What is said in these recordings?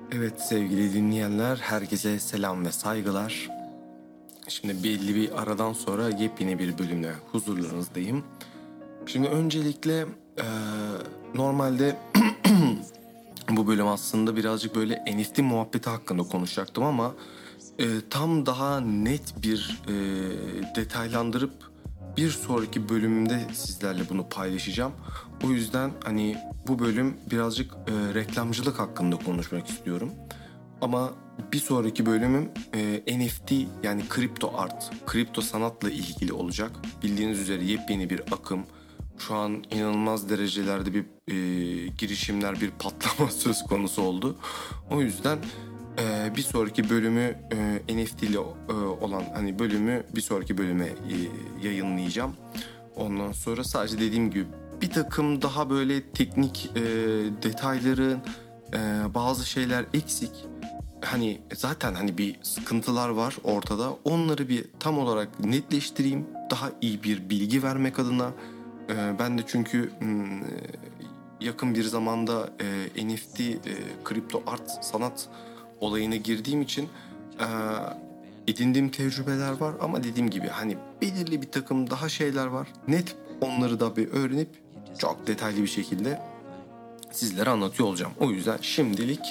Evet sevgili dinleyenler, herkese selam ve saygılar. Şimdi belli bir aradan sonra yepyeni bir bölümle huzurlarınızdayım. Şimdi öncelikle normalde bu bölüm aslında birazcık böyle NFT muhabbeti hakkında konuşacaktım ama tam daha net bir detaylandırıp bir sonraki bölümümde sizlerle bunu paylaşacağım. O yüzden hani bu bölüm birazcık reklamcılık hakkında konuşmak istiyorum. Ama bir sonraki bölümüm NFT yani kripto art, kripto sanatla ilgili olacak. Bildiğiniz üzere yepyeni bir akım. Şu an inanılmaz derecelerde bir girişimler, bir patlama söz konusu oldu. O yüzden bir sonraki bölümü NFT ile olan hani bölümü bir sonraki bölüme yayınlayacağım. Ondan sonra sadece dediğim gibi bir takım daha böyle teknik detayların bazı şeyler eksik. Hani zaten hani bir sıkıntılar var ortada. Onları bir tam olarak netleştireyim. Daha iyi bir bilgi vermek adına. Ben de çünkü yakın bir zamanda NFT, kripto art, sanat olayına girdiğim için edindiğim tecrübeler var. Ama dediğim gibi hani belirli bir takım daha şeyler var. Net onları da bir öğrenip çok detaylı bir şekilde sizlere anlatıyor olacağım. O yüzden şimdilik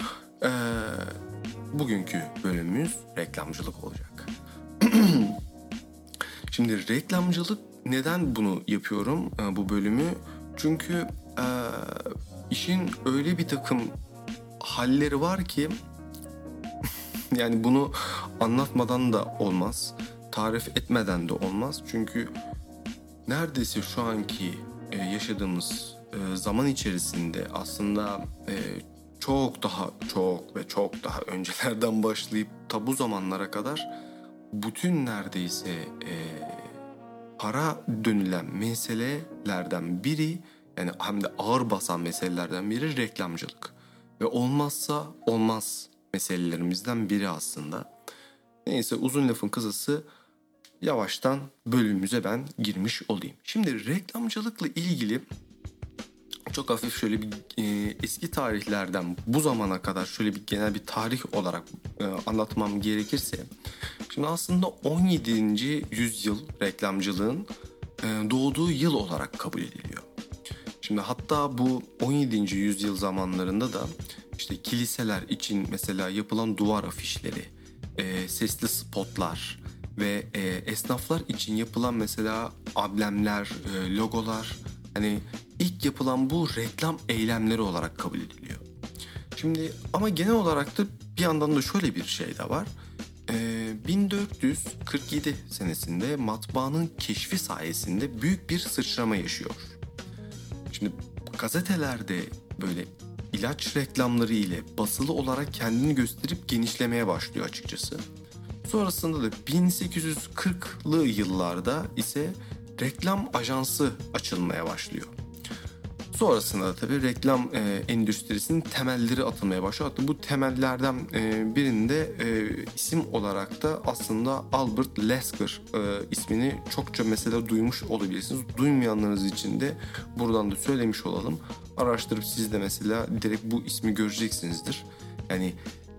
bugünkü bölümümüz reklamcılık olacak. Şimdi reklamcılık, neden bunu yapıyorum bu bölümü? Çünkü işin öyle bir takım halleri var ki yani bunu anlatmadan da olmaz, tarif etmeden de olmaz. Çünkü neredeyse şu anki yaşadığımız zaman içerisinde aslında çok daha öncelerden başlayıp bu zamanlara kadar bütün neredeyse para dönülen meselelerden biri, yani hem de ağır basan meselelerden biri reklamcılık. Ve olmazsa olmaz meselelerimizden biri aslında. Neyse, uzun lafın kısası, yavaştan bölümümüze ben girmiş olayım. Şimdi reklamcılıkla ilgili çok hafif şöyle bir eski tarihlerden bu zamana kadar şöyle bir genel bir tarih olarak anlatmam gerekirse. Şimdi aslında 17. yüzyıl reklamcılığın doğduğu yıl olarak kabul ediliyor. Şimdi hatta bu 17. yüzyıl zamanlarında da işte kiliseler için mesela yapılan duvar afişleri, sesli spotlar ve esnaflar için yapılan mesela amblemler, logolar, hani ilk yapılan bu reklam eylemleri olarak kabul ediliyor. Şimdi ama genel olarak da bir yandan da şöyle bir şey de var. 1447 senesinde matbaanın keşfi sayesinde büyük bir sıçrama yaşıyor. Şimdi gazetelerde böyle ilaç reklamları ile basılı olarak kendini gösterip genişlemeye başlıyor açıkçası. Sonrasında da 1840'lı yıllarda ise reklam ajansı açılmaya başlıyor. Sonrasında da tabii reklam endüstrisinin temelleri atılmaya başlıyor. Hatta bu temellerden birinde isim olarak da aslında Albert Lasker ismini çokça mesela duymuş olabilirsiniz. Duymayanlarınız için de buradan da söylemiş olalım. Araştırıp siz de mesela direkt bu ismi göreceksinizdir. Yani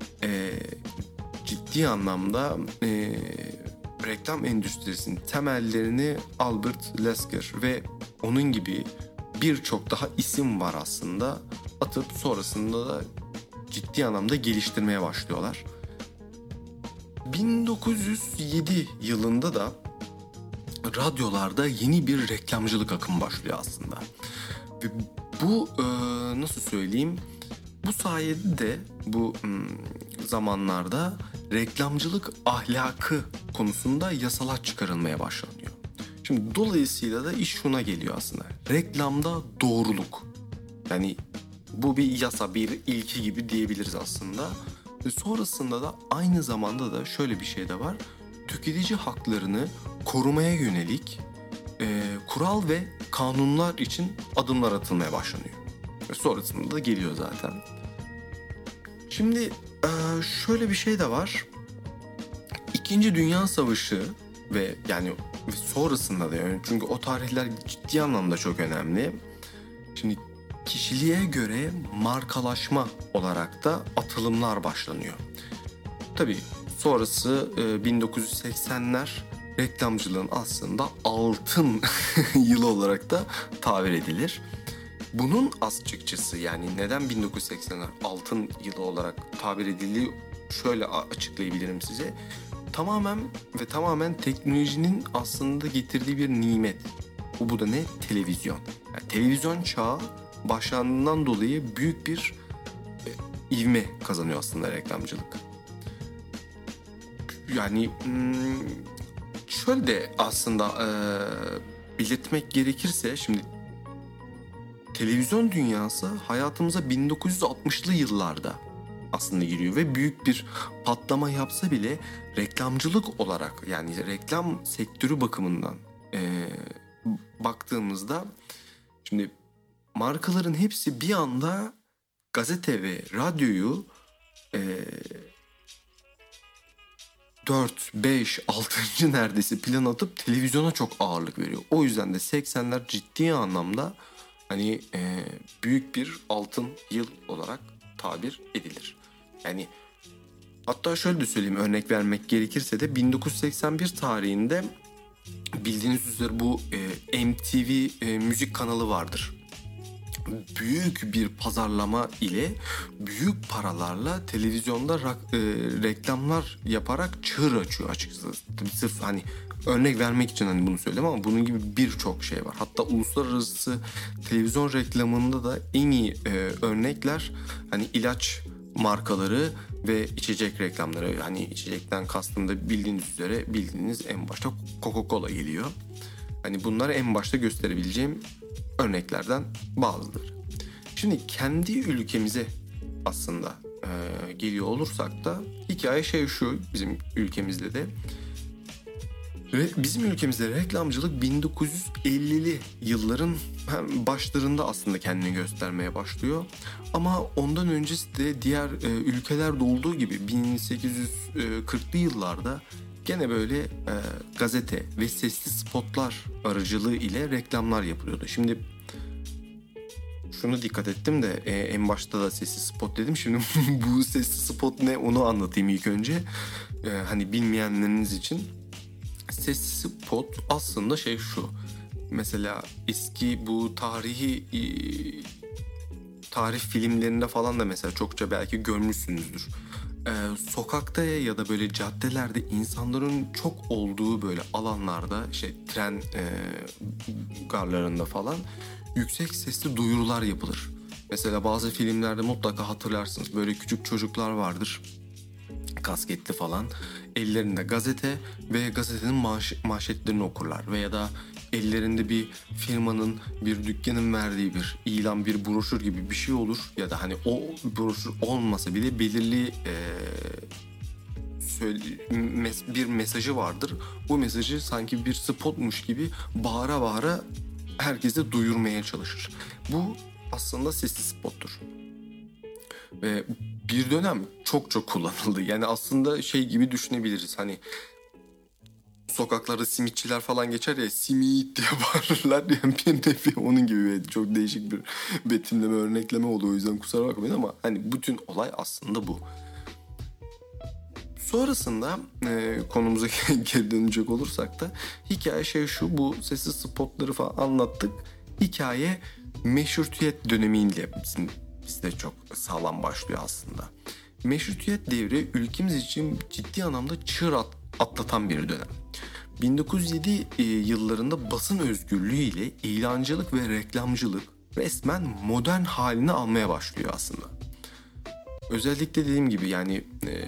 ciddi anlamda reklam endüstrisinin temellerini Albert Lasker ve onun gibi birçok daha isim var aslında atıp sonrasında da ciddi anlamda geliştirmeye başlıyorlar. 1907 yılında da radyolarda yeni bir reklamcılık akımı başlıyor aslında. Ve bu nasıl söyleyeyim? Bu sayede de bu zamanlarda reklamcılık ahlakı konusunda yasalar çıkarılmaya başlanıyor. Şimdi dolayısıyla da iş şuna geliyor aslında. Reklamda doğruluk. Yani bu bir yasa, bir ilke gibi diyebiliriz aslında. Ve sonrasında da aynı zamanda da şöyle bir şey de var. Tüketici haklarını korumaya yönelik kural ve kanunlar için adımlar atılmaya başlanıyor. Ve sonrasında da geliyor zaten. Şimdi şöyle bir şey de var. İkinci Dünya Savaşı ve yani sonrasında da, yani çünkü o tarihler ciddi anlamda çok önemli. Şimdi kişiliğe göre markalaşma olarak da atılımlar başlanıyor. Tabii sonrası 1980'ler reklamcılığın aslında altın yılı olarak da tabir edilir. Bunun açıkçası, yani neden 1980'ler altın yılı olarak tabir edildiği şöyle açıklayabilirim size. Tamamen teknolojinin aslında getirdiği bir nimet. Bu da ne? Televizyon. Yani televizyon çağı başlandığından dolayı büyük bir ivme kazanıyor aslında reklamcılık. Yani şöyle de aslında belirtmek gerekirse, şimdi televizyon dünyası hayatımıza 1960'lı yıllarda aslında giriyor ve büyük bir patlama yapsa bile reklamcılık olarak, yani reklam sektörü bakımından baktığımızda, şimdi markaların hepsi bir anda gazete ve radyoyu 4, 5, 6. neredeyse plan atıp televizyona çok ağırlık veriyor. O yüzden de 80'ler ciddi anlamda hani büyük bir altın yıl olarak tabir edilir. Yani hatta şöyle de söyleyeyim, örnek vermek gerekirse de 1981 tarihinde bildiğiniz üzere bu MTV müzik kanalı vardır. Büyük bir pazarlama ile büyük paralarla televizyonda reklamlar yaparak çığır açıyor açıkçası. Tabii sırf hani örnek vermek için hani bunu söyledim ama bunun gibi birçok şey var. Hatta uluslararası televizyon reklamında da en iyi örnekler hani ilaç markaları ve içecek reklamları. Hani içecekten kastım da bildiğiniz en başta Coca-Cola geliyor. Hani bunları en başta gösterebileceğim örneklerden bazıları. Şimdi kendi ülkemize aslında geliyor olursak da hikaye şu, bizim ülkemizde de. Bizim ülkemizde reklamcılık 1950'li yılların başlarında aslında kendini göstermeye başlıyor. Ama ondan öncesi de diğer ülkelerde olduğu gibi 1840'lı yıllarda gene böyle gazete ve sesli spotlar aracılığı ile reklamlar yapılıyordu. Şimdi şunu dikkat ettim de en başta da sesli spot dedim. Şimdi bu sesli spot ne, onu anlatayım ilk önce. Hani bilmeyenleriniz için. Sesli spot aslında şu. Mesela eski bu tarih filmlerinde falan da mesela çokça belki görmüşsünüzdür. Sokakta ya da böyle caddelerde insanların çok olduğu böyle alanlarda, tren garlarında falan yüksek sesli duyurular yapılır. Mesela bazı filmlerde mutlaka hatırlarsınız, böyle küçük çocuklar vardır, kasketli falan, ellerinde gazete ve gazetenin manşetlerini okurlar. Veya da ellerinde bir firmanın, bir dükkanın verdiği bir ilan, bir broşür gibi bir şey olur. Ya da hani o broşür olmasa bile belirli bir mesajı vardır. Bu mesajı sanki bir spotmuş gibi bağıra bağıra herkese duyurmaya çalışır. Bu aslında sesli spottur. Ve bir dönem çok kullanıldı. Yani aslında gibi düşünebiliriz. Hani sokaklarda simitçiler falan geçer ya, simit diye bağırırlar. Yani bir nevi onun gibi, çok değişik bir betimleme, örnekleme oldu. O yüzden kusura bakmayın ama hani bütün olay aslında bu. Sonrasında konumuza geri dönecek olursak da hikaye şu, bu sesli spotları falan anlattık. Hikaye meşrutiyet dönemiyle bizde çok sağlam başlıyor aslında. Meşrutiyet devri ülkemiz için ciddi anlamda çığır atlatan bir dönem. 1907 yıllarında basın özgürlüğü ile ilancılık ve reklamcılık resmen modern halini almaya başlıyor aslında. Özellikle dediğim gibi yani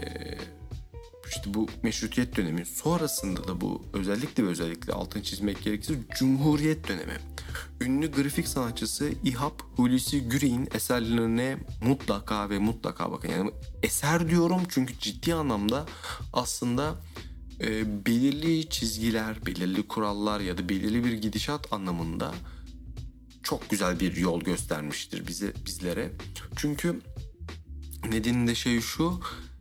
bu meşrutiyet dönemi sonrasında da bu özellikle altını çizmek gerekirse Cumhuriyet dönemi. Ünlü grafik sanatçısı İHAP Hulusi Güre'nin eserlerine mutlaka bakın. Yani eser diyorum çünkü ciddi anlamda aslında belirli çizgiler, belirli kurallar ya da belirli bir gidişat anlamında çok güzel bir yol göstermiştir bizlere. Çünkü nedeni de şu,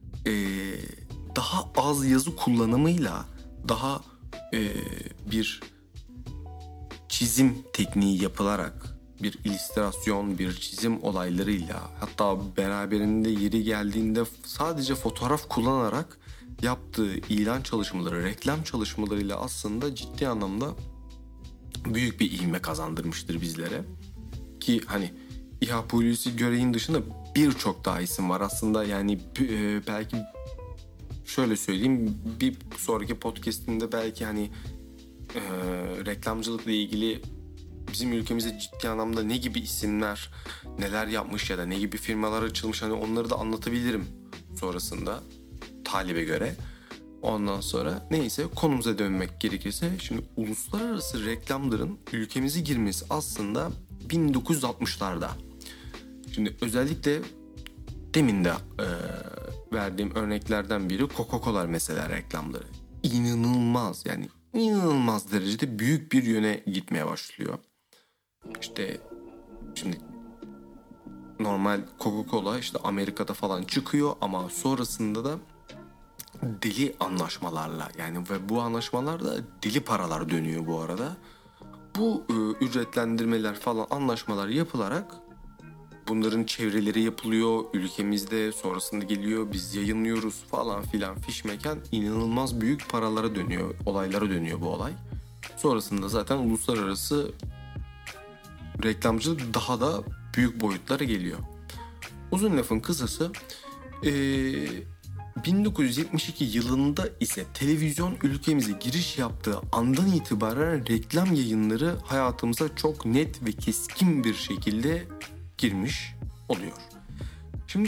daha az yazı kullanımıyla bir çizim tekniği yapılarak bir illüstrasyon, bir çizim olaylarıyla, hatta beraberinde yeri geldiğinde sadece fotoğraf kullanarak yaptığı ilan çalışmaları, reklam çalışmalarıyla aslında ciddi anlamda büyük bir ivme kazandırmıştır bizlere. Ki hani İHA Hulusi Görey'in dışında birçok daha isim var aslında. Yani belki şöyle söyleyeyim, bir sonraki podcast'imde belki hani reklamcılıkla ilgili bizim ülkemizde ciddi anlamda ne gibi isimler neler yapmış ya da ne gibi firmalar açılmış, hani onları da anlatabilirim sonrasında talibe göre. Ondan sonra neyse, konumuza dönmek gerekirse, şimdi uluslararası reklamların ülkemize girmesi aslında 1960'larda. Şimdi özellikle demin de verdiğim örneklerden biri Coca-Cola mesela reklamları. İnanılmaz, yani inanılmaz derecede büyük bir yöne gitmeye başlıyor. İşte şimdi normal Coca-Cola işte Amerika'da falan çıkıyor ama sonrasında da deli anlaşmalarla, yani ve bu anlaşmalarda deli paralar dönüyor bu arada. Bu ücretlendirmeler falan, anlaşmalar yapılarak bunların çevreleri yapılıyor ülkemizde, sonrasında geliyor biz yayınlıyoruz falan filan, fiş mekan, inanılmaz büyük paralara dönüyor, olaylara dönüyor bu olay. Sonrasında zaten uluslararası reklamcılık daha da büyük boyutlara geliyor. Uzun lafın kısası 1972 yılında ise televizyon ülkemize giriş yaptığı andan itibaren reklam yayınları hayatımıza çok net ve keskin bir şekilde girmiş oluyor. Şimdi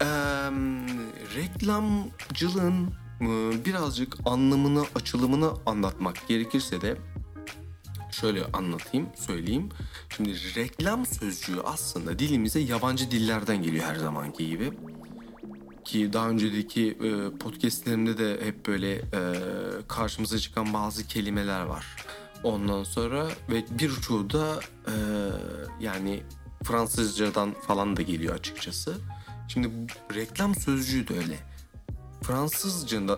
reklamcılığın birazcık anlamını, açılımını anlatmak gerekirse de şöyle anlatayım, söyleyeyim. Şimdi reklam sözcüğü aslında dilimize yabancı dillerden geliyor her zamanki gibi. Ki daha önceki podcastlerimde de hep böyle karşımıza çıkan bazı kelimeler var. Ondan sonra ve birçoğu da yani Fransızcadan falan da geliyor açıkçası. Şimdi reklam sözcüğü de öyle. Fransızca'da,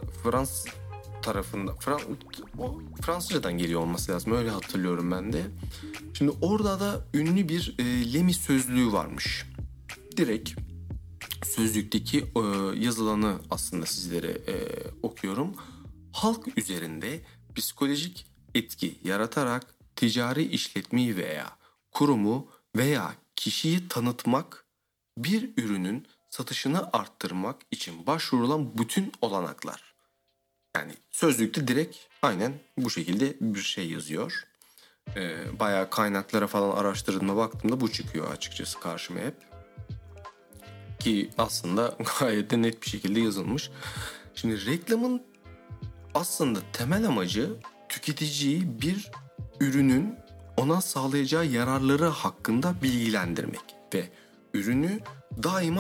Fransızcadan geliyor olması lazım. Öyle hatırlıyorum ben de. Şimdi orada da ünlü bir Lemi sözlüğü varmış. Direkt sözlükteki yazılanı aslında sizlere okuyorum. Halk üzerinde psikolojik etki yaratarak ticari işletmeyi veya kurumu veya kişiyi tanıtmak, bir ürünün satışını arttırmak için başvurulan bütün olanaklar. Yani sözlükte direkt aynen bu şekilde bir şey yazıyor. Bayağı kaynaklara falan araştırdığıma baktığımda bu çıkıyor açıkçası karşıma hep. Ki aslında gayet de net bir şekilde yazılmış. Şimdi reklamın aslında temel amacı tüketiciyi bir ürünün ona sağlayacağı yararları hakkında bilgilendirmek ve ürünü daima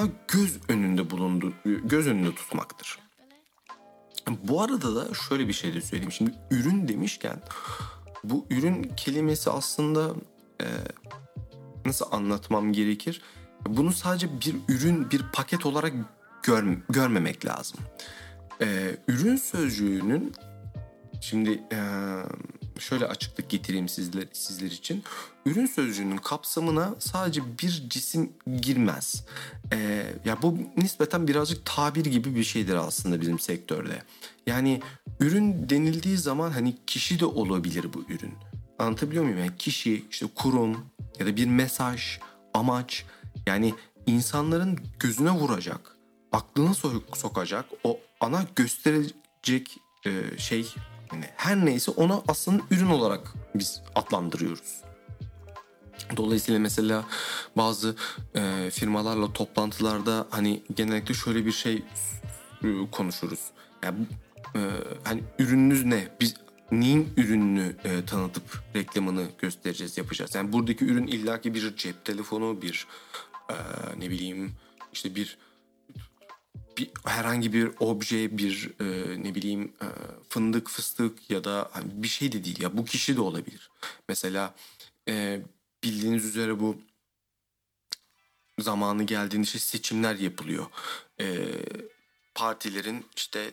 göz önünde tutmaktır. Bu arada da şöyle bir şey de söyleyeyim. Şimdi ürün demişken, bu ürün kelimesi aslında nasıl anlatmam gerekir? Bunu sadece bir ürün, bir paket olarak görmemek lazım. Ürün sözcüğünün, şimdi şöyle açıklık getireyim sizler için. Ürün sözcüğünün kapsamına sadece bir cisim girmez. Ya bu nispeten birazcık tabir gibi bir şeydir aslında bizim sektörde. Yani ürün denildiği zaman hani kişi de olabilir bu ürün. Anlatabiliyor muyum? Yani kişi, işte kurum ya da bir mesaj, amaç, yani insanların gözüne vuracak, aklına sokacak, o ana gösterecek şey, yani her neyse ona aslında ürün olarak biz adlandırıyoruz. Dolayısıyla mesela bazı firmalarla toplantılarda hani genellikle şöyle bir şey konuşuruz. Yani hani ürününüz ne? Biz neyin ürününü tanıtıp reklamını göstereceğiz, yapacağız. Yani buradaki ürün illaki bir cep telefonu, bir ne bileyim işte bir herhangi bir obje, bir ne bileyim fındık, fıstık ya da hani bir şey de değil. Ya bu kişi de olabilir. Mesela bildiğiniz üzere bu zamanı geldiğinde işte seçimler yapılıyor. Partilerin işte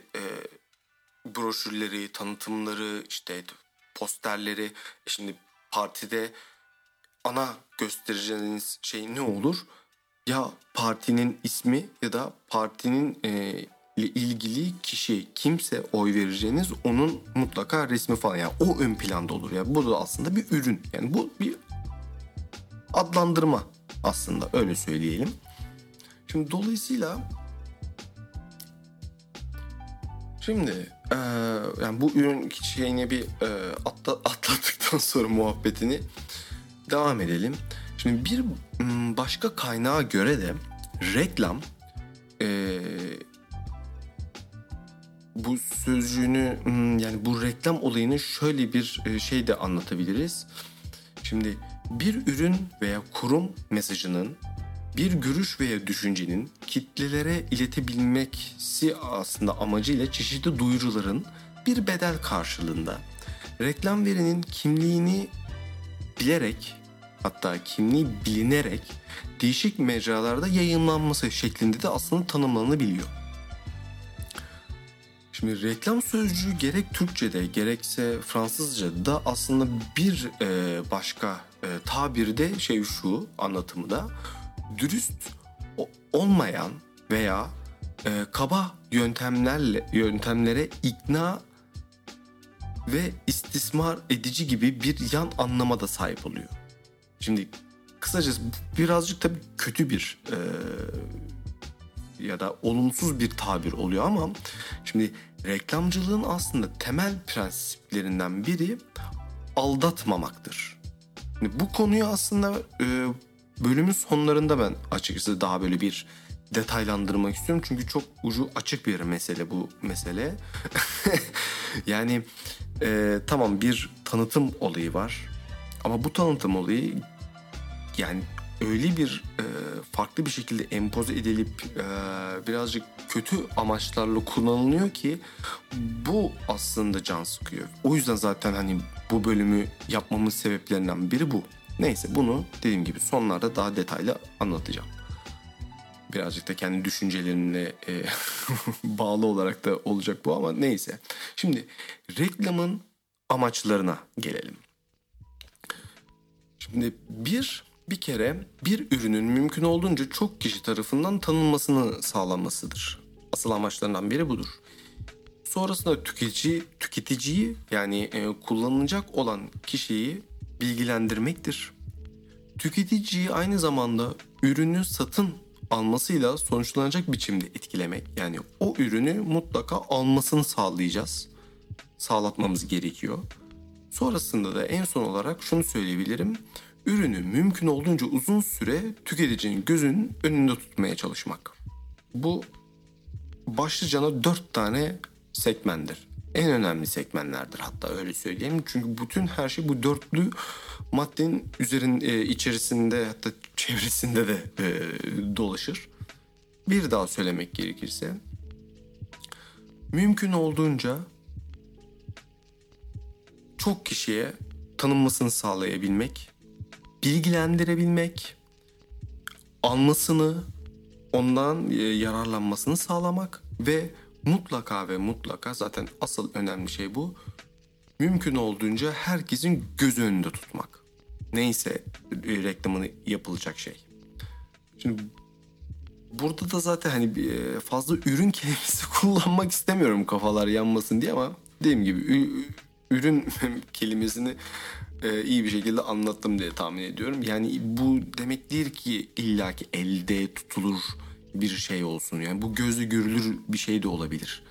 broşürleri, tanıtımları, işte posterleri. Şimdi partide ana göstereceğiniz şey ne olur? Ya partinin ismi ya da partinin ile ilgili kişi, kimse oy vereceğiniz onun mutlaka resmi falan, yani o ön planda olur. Yani bu da aslında bir ürün. Yani bu bir adlandırma aslında, öyle söyleyelim. Şimdi dolayısıyla yani bu ürün şeyine bir atlattıktan sonra muhabbetini devam edelim. Şimdi bir başka kaynağa göre de reklam, bu sözcüğünü yani bu reklam olayını şöyle bir şey de anlatabiliriz. Şimdi bir ürün veya kurum mesajının, bir görüş veya düşüncenin kitlelere iletebilmesi aslında amacıyla çeşitli duyuruların bir bedel karşılığında reklam verinin kimliğini bilerek, hatta kimliği bilinerek değişik mecralarda yayınlanması şeklinde de aslında tanımlanabiliyor. Şimdi reklam sözcüğü gerek Türkçe'de gerekse Fransızca'da aslında bir başka tabiri de şu anlatımı da dürüst olmayan veya kaba yöntemlere ikna ve istismar edici gibi bir yan anlama da sahip oluyor. Şimdi kısacası birazcık tabii kötü bir ya da olumsuz bir tabir oluyor ama şimdi reklamcılığın aslında temel prensiplerinden biri aldatmamaktır. Şimdi bu konuyu aslında bölümün sonlarında ben açıkçası daha böyle bir detaylandırmak istiyorum. Çünkü çok ucu açık bir mesele bu mesele. Yani tamam, bir tanıtım olayı var. Ama bu tanıtım olayı yani öyle bir farklı bir şekilde empoze edilip birazcık kötü amaçlarla kullanılıyor ki bu aslında can sıkıyor. O yüzden zaten hani bu bölümü yapmamın sebeplerinden biri bu. Neyse, bunu dediğim gibi sonlarda daha detaylı anlatacağım. Birazcık da kendi düşüncelerimle bağlı olarak da olacak bu ama neyse. Şimdi reklamın amaçlarına gelelim. Şimdi bir kere bir ürünün mümkün olduğunca çok kişi tarafından tanınmasını sağlanmasıdır. Asıl amaçlarından biri budur. Sonrasında tüketiciyi yani kullanılacak olan kişiyi bilgilendirmektir. Tüketiciyi aynı zamanda ürünü satın almasıyla sonuçlanacak biçimde etkilemek. Yani o ürünü mutlaka almasını sağlatmamız gerekiyor. Sonrasında da en son olarak şunu söyleyebilirim. Ürünü mümkün olduğunca uzun süre tüketicinin gözünün önünde tutmaya çalışmak. Bu başlıcana 4 tane segmenttir. En önemli segmentlerdir hatta, öyle söyleyeyim. Çünkü bütün her şey bu dörtlü maddenin içerisinde, hatta çevresinde de dolaşır. Bir daha söylemek gerekirse, mümkün olduğunca çok kişiye tanınmasını sağlayabilmek, bilgilendirebilmek, almasını, ondan yararlanmasını sağlamak ve mutlaka zaten asıl önemli şey bu. Mümkün olduğunca herkesin göz önünde tutmak. Neyse reklamını yapılacak şey. Şimdi burada da zaten hani fazla ürün kelimesi kullanmak istemiyorum kafalar yanmasın diye ama dediğim gibi ürün kelimesini iyi bir şekilde anlattım diye tahmin ediyorum. Yani bu demek değil ki illaki elde tutulur bir şey olsun. Yani bu gözle görülür bir şey de olabilir.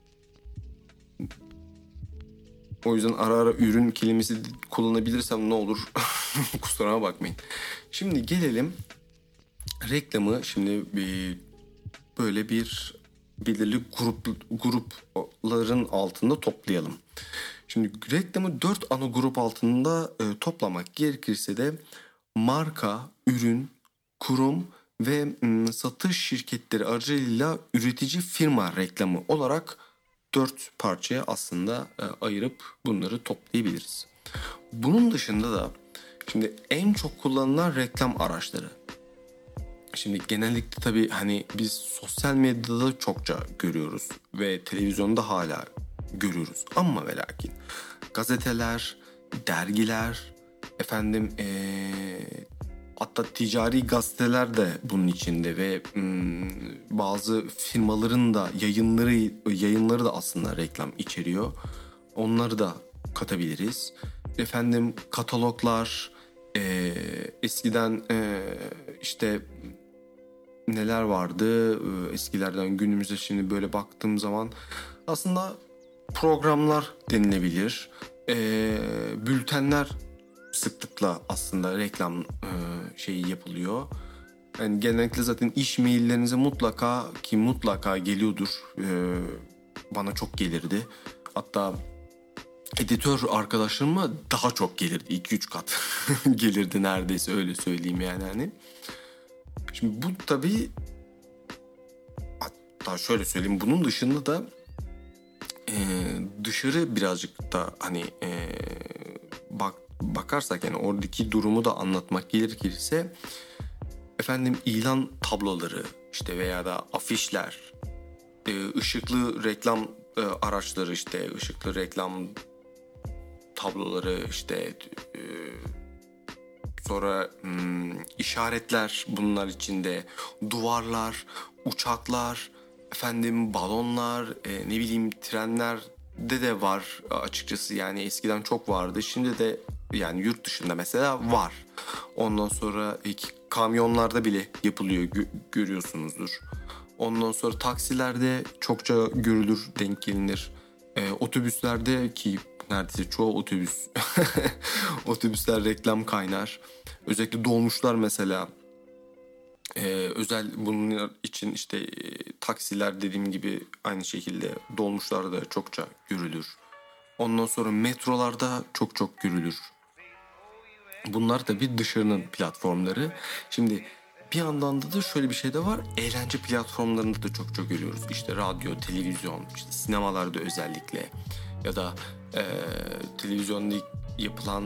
O yüzden ara ara ürün kelimesi kullanabilirsem ne olur kusuruma bakmayın. Şimdi gelelim reklamı şimdi böyle bir belirli grupların altında toplayalım. Şimdi reklamı 4 ana grup altında toplamak gerekirse de marka, ürün, kurum ve satış şirketleri aracılığıyla üretici firma reklamı olarak 4 parçaya aslında ayırıp bunları toplayabiliriz. Bunun dışında da şimdi en çok kullanılan reklam araçları. Şimdi genellikle tabii hani biz sosyal medyada çokça görüyoruz ve televizyonda hala görüyoruz. Ama ve lakin gazeteler, dergiler, Efendim hatta ticari gazeteler de bunun içinde ve bazı firmaların da yayınları da aslında reklam içeriyor. Onları da katabiliriz. Efendim kataloglar, eskiden işte neler vardı eskilerden günümüze şimdi böyle baktığım zaman aslında programlar denilebilir. Bültenler sıklıkla aslında reklam şeyi yapılıyor. Yani genellikle zaten iş maillerinize mutlaka geliyordur. Bana çok gelirdi. Hatta editör arkadaşlarıma daha çok gelirdi. 2-3 kat gelirdi neredeyse, öyle söyleyeyim yani hani. Şimdi bu tabii, hatta şöyle söyleyeyim, bunun dışında da dışarı birazcık da hani bakarsak yani oradaki durumu da anlatmak gerekirse efendim ilan tabloları işte veya da afişler, ışıklı reklam araçları, işte ışıklı reklam tabloları, işte sonra işaretler bunlar içinde, duvarlar, uçaklar, efendim balonlar, ne bileyim trenlerde de var açıkçası. Yani eskiden çok vardı, şimdi de yani yurt dışında mesela var. Ondan sonra kamyonlarda bile yapılıyor, görüyorsunuzdur. Ondan sonra taksilerde çokça görülür, denk gelinir. Otobüslerde ki neredeyse çoğu otobüsler reklam kaynar. Özellikle dolmuşlar mesela. Özel bunun için işte taksiler dediğim gibi aynı şekilde dolmuşlarda çokça görülür. Ondan sonra metrolarda çok görülür. Bunlar tabii dışarının platformları. Şimdi bir yandan da şöyle bir şey de var. Eğlence platformlarında da çok görüyoruz. İşte radyo, televizyon, işte sinemalarda özellikle ya da televizyonda yapılan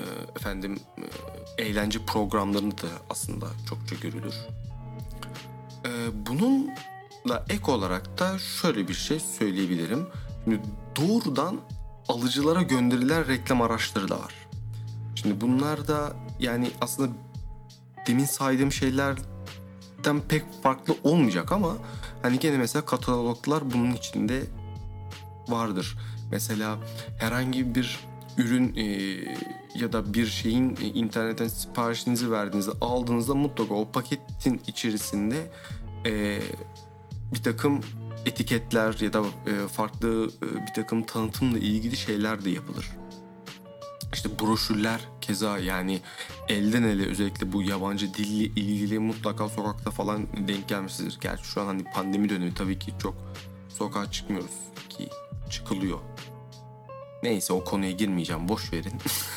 eğlence programlarında da aslında çokça görülür. Bununla ek olarak da şöyle bir şey söyleyebilirim. Şimdi doğrudan alıcılara gönderilen reklam araçları da var. Şimdi bunlar da yani aslında demin saydığım şeylerden pek farklı olmayacak ama hani gene mesela kataloglar bunun içinde vardır. Mesela herhangi bir ürün ya da bir şeyin internetten siparişinizi verdiğinizde, aldığınızda mutlaka o paketin içerisinde bir takım etiketler ya da farklı bir takım tanıtımla ilgili şeyler de yapılır. İşte broşürler keza, yani elden ele özellikle bu yabancı dille ilgili mutlaka sokakta falan denk gelmişsinizdir. Gerçi şu an hani pandemi dönemi, tabii ki çok sokağa çıkmıyoruz ki çıkılıyor. Neyse, o konuya girmeyeceğim, boş verin.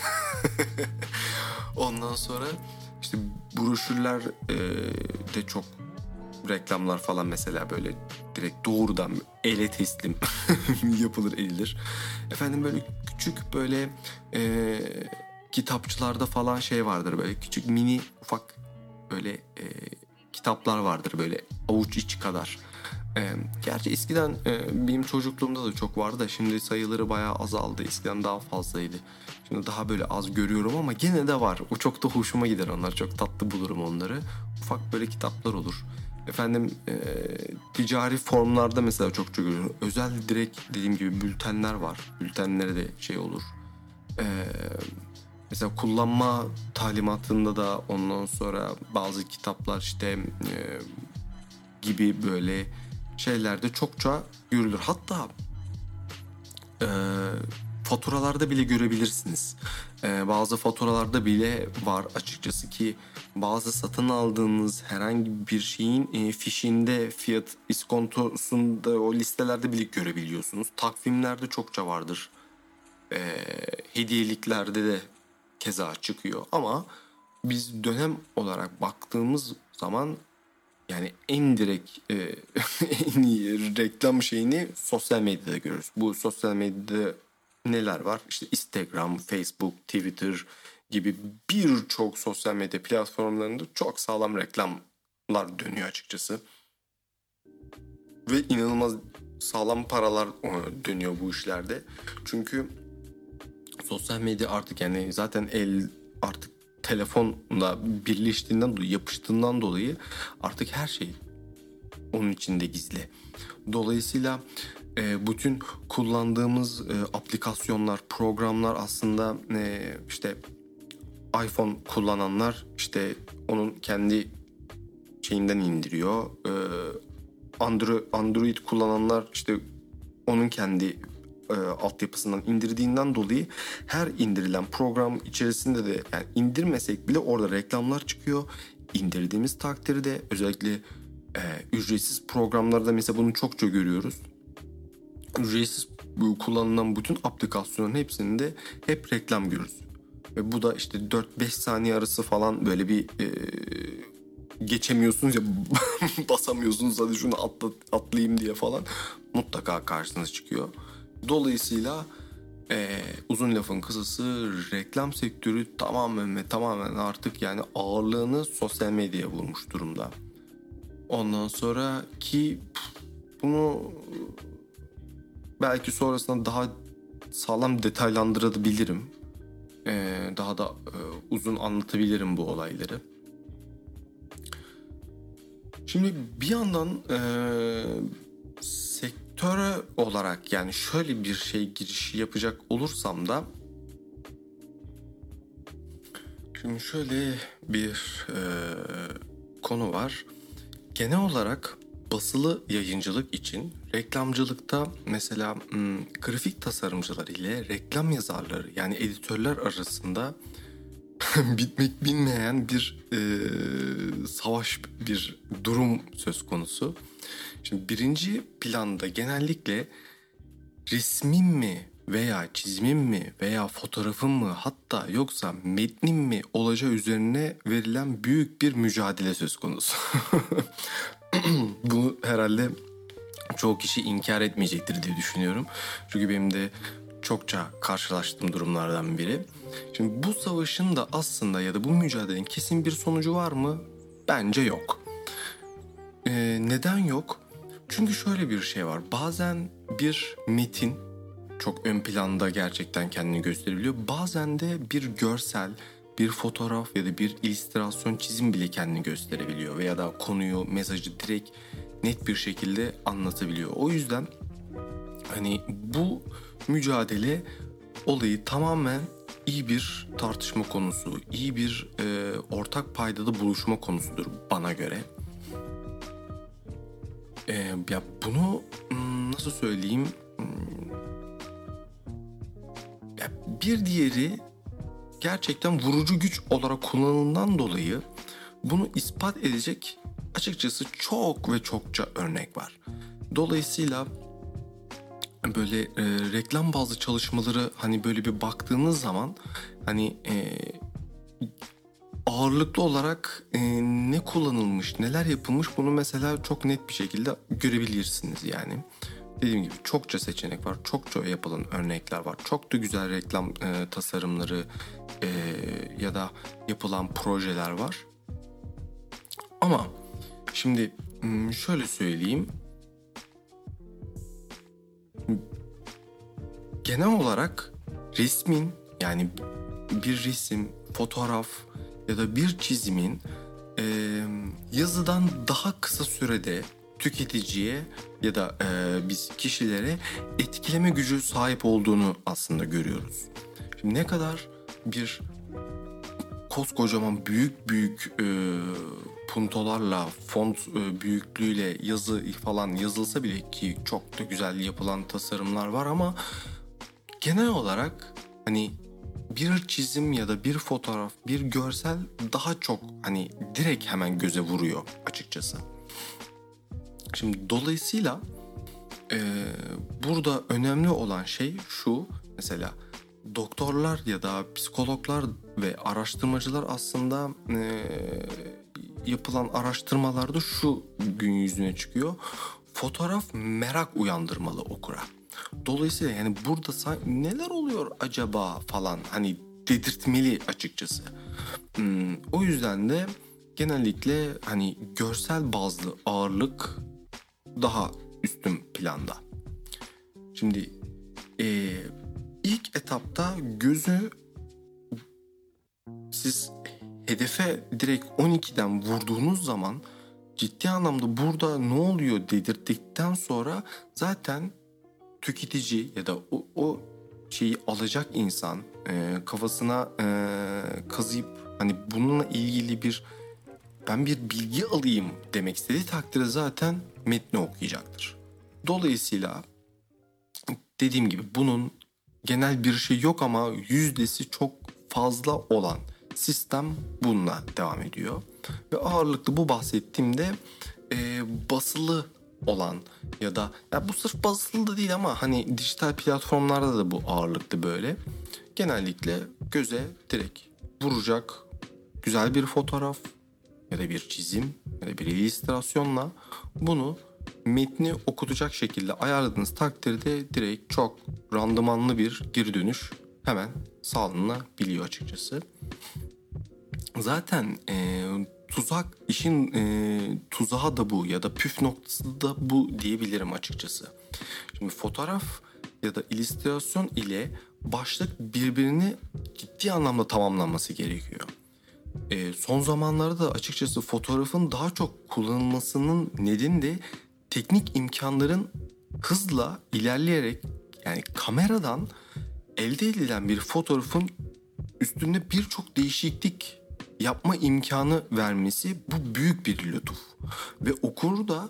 Ondan sonra işte broşürler de çok, reklamlar falan mesela böyle direkt doğrudan ele teslim yapılır, edilir. Efendim böyle küçük böyle kitapçılarda falan şey vardır, böyle küçük mini ufak böyle kitaplar vardır böyle avuç içi kadar. Gerçi eskiden benim çocukluğumda da çok vardı da şimdi sayıları bayağı azaldı. Eskiden daha fazlaydı. Şimdi daha böyle az görüyorum ama gene de var. O çok da hoşuma gider onlar. Çok tatlı bulurum onları. Ufak böyle kitaplar olur. Efendim ticari formlarda mesela çok görüyorum. Özel direkt dediğim gibi bültenler var. Bültenlere de şey olur. Mesela kullanma talimatında da ondan sonra bazı kitaplar işte gibi böyle şeylerde çokça görülür. Hatta faturalarda bile görebilirsiniz. Bazı faturalarda bile var açıkçası ki bazı satın aldığınız herhangi bir şeyin fişinde, fiyat iskontosunda, o listelerde bile görebiliyorsunuz. Takvimlerde çokça vardır. Hediyeliklerde de keza çıkıyor ama biz dönem olarak baktığımız zaman yani en direkt en iyi reklam şeyini sosyal medyada görüyoruz. Bu sosyal medyada neler var? İşte Instagram, Facebook, Twitter gibi birçok sosyal medya platformlarında çok sağlam reklamlar dönüyor açıkçası. Ve inanılmaz sağlam paralar dönüyor bu işlerde. Çünkü sosyal medya artık yani zaten artık telefonla birleştiğinden dolayı, yapıştığından dolayı artık her şey onun içinde gizli. Dolayısıyla bütün kullandığımız aplikasyonlar, programlar aslında işte iPhone kullananlar işte onun kendi şeyinden indiriyor. Android kullananlar işte onun kendi altyapısından indirdiğinden dolayı her indirilen program içerisinde de, yani indirmesek bile orada reklamlar çıkıyor. İndirdiğimiz takdirde özellikle ücretsiz programlarda mesela bunu çokça görüyoruz. Ücretsiz kullanılan bütün aplikasyonların hepsinde hep reklam görürüz. Ve bu da işte 4-5 saniye arası falan böyle bir geçemiyorsunuz ya basamıyorsunuz hadi şunu atlayayım diye falan mutlaka karşınıza çıkıyor. Dolayısıyla uzun lafın kısası reklam sektörü tamamen artık yani ağırlığını sosyal medyaya vurmuş durumda. Ondan sonra ki bunu belki sonrasında daha sağlam detaylandırabilirim. Daha da uzun anlatabilirim bu olayları. Şimdi bir yandan sektör olarak yani şöyle bir şey girişi yapacak olursam da şimdi şöyle bir konu var. Genel olarak basılı yayıncılık için reklamcılıkta mesela grafik tasarımcılar ile reklam yazarları yani editörler arasında bitmek bilmeyen bir savaş, bir durum söz konusu. Şimdi birinci planda genellikle resmim mi veya çizimim mi veya fotoğrafım mı hatta yoksa metnim mi olacağı üzerine verilen büyük bir mücadele söz konusu. Bunu herhalde çoğu kişi inkar etmeyecektir diye düşünüyorum. Çünkü benim de çokça karşılaştığım durumlardan biri. Şimdi bu savaşın da aslında ya da bu mücadelenin kesin bir sonucu var mı? Bence yok. Neden yok? Çünkü şöyle bir şey var. Bazen bir metin çok ön planda gerçekten kendini gösterebiliyor. Bazen de bir görsel, bir fotoğraf ya da bir illüstrasyon çizim bile kendini gösterebiliyor. Veya da konuyu, mesajı direkt net bir şekilde anlatabiliyor. O yüzden hani bu mücadele olayı tamamen iyi bir tartışma konusu, iyi bir ortak paydada buluşma konusudur bana göre. Ya bunu nasıl söyleyeyim? Ya bir diğeri gerçekten vurucu güç olarak kullanıldığından dolayı bunu ispat edecek açıkçası çok ve çokça örnek var. Dolayısıyla böyle reklam bazlı çalışmaları hani böyle bir baktığınız zaman hani ağırlıklı olarak ne kullanılmış, neler yapılmış bunu mesela çok net bir şekilde görebilirsiniz yani. Dediğim gibi çokça seçenek var, çokça yapılan örnekler var. Çok da güzel reklam tasarımları ya da yapılan projeler var. Ama şimdi şöyle söyleyeyim. Genel olarak resmin yani bir resim, fotoğraf ya da bir çizimin yazıdan daha kısa sürede tüketiciye ya da biz kişilere etkileme gücü sahip olduğunu aslında görüyoruz. Şimdi ne kadar bir koskocaman büyük puntolarla, font büyüklüğüyle yazı falan yazılsa bile ki çok da güzel yapılan tasarımlar var ama genel olarak hani bir çizim ya da bir fotoğraf, bir görsel daha çok hani direkt hemen göze vuruyor açıkçası. Şimdi dolayısıyla burada önemli olan şey şu, mesela doktorlar ya da psikologlar ve araştırmacılar aslında yapılan araştırmalarda şu gün yüzüne çıkıyor. Fotoğraf merak uyandırmalı okura. Dolayısıyla yani burada neler oluyor acaba falan hani dedirtmeli açıkçası. O yüzden de genellikle hani görsel bazlı ağırlık daha üstün planda. Şimdi ilk etapta gözü siz hedefe direkt 12'den vurduğunuz zaman ciddi anlamda burada ne oluyor dedirttikten sonra zaten tüketici ya da o şeyi alacak insan kafasına kazıyıp hani bununla ilgili ben bir bilgi alayım demek istediği takdirde zaten metni okuyacaktır. Dolayısıyla dediğim gibi bunun genel bir şey yok ama yüzdesi çok fazla olan sistem bununla devam ediyor. Ve ağırlıklı bu bahsettiğimde basılı olan ya da bu sırf basılı da değil ama hani dijital platformlarda da bu ağırlıklı böyle. Genellikle göze direkt vuracak güzel bir fotoğraf ya da bir çizim ya da bir illüstrasyonla bunu metni okutacak şekilde ayarladığınız takdirde direkt çok randımanlı bir geri dönüş hemen sağlanabiliyor açıkçası. Zaten işin tuzağı da bu ya da püf noktası da bu diyebilirim açıkçası. Şimdi fotoğraf ya da illüstrasyon ile başlık birbirini ciddi anlamda tamamlanması gerekiyor. Son zamanlarda da açıkçası fotoğrafın daha çok kullanılmasının nedeni de teknik imkanların hızla ilerleyerek yani kameradan elde edilen bir fotoğrafın üstünde birçok değişiklik yapma imkanı vermesi bu büyük bir lütuf. Ve okur da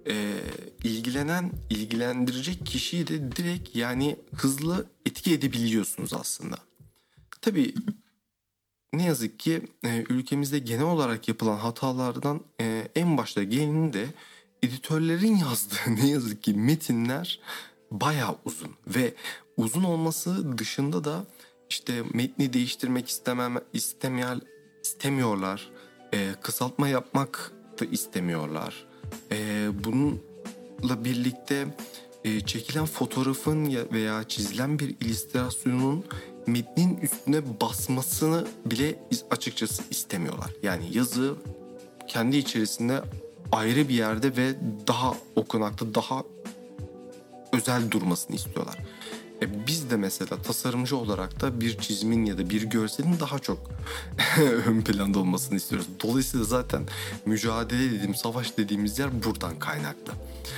ilgilendirecek kişiyi de direkt yani hızlı etki edebiliyorsunuz aslında. Tabii ne yazık ki ülkemizde genel olarak yapılan hatalardan en başta geleni de editörlerin yazdığı ne yazık ki metinler bayağı uzun ve uzun olması dışında da işte metni değiştirmek istemiyorlar. Kısaltma yapmak da istemiyorlar. Bununla birlikte çekilen fotoğrafın veya çizilen bir illüstrasyonun metnin üstüne basmasını bile açıkçası istemiyorlar. Yani yazı kendi içerisinde ayrı bir yerde ve daha okunaklı, daha özel durmasını istiyorlar. Biz de mesela tasarımcı olarak da bir çizimin ya da bir görselin daha çok ön planda olmasını istiyoruz. Dolayısıyla zaten mücadele dediğim, savaş dediğimiz yer buradan kaynaklı.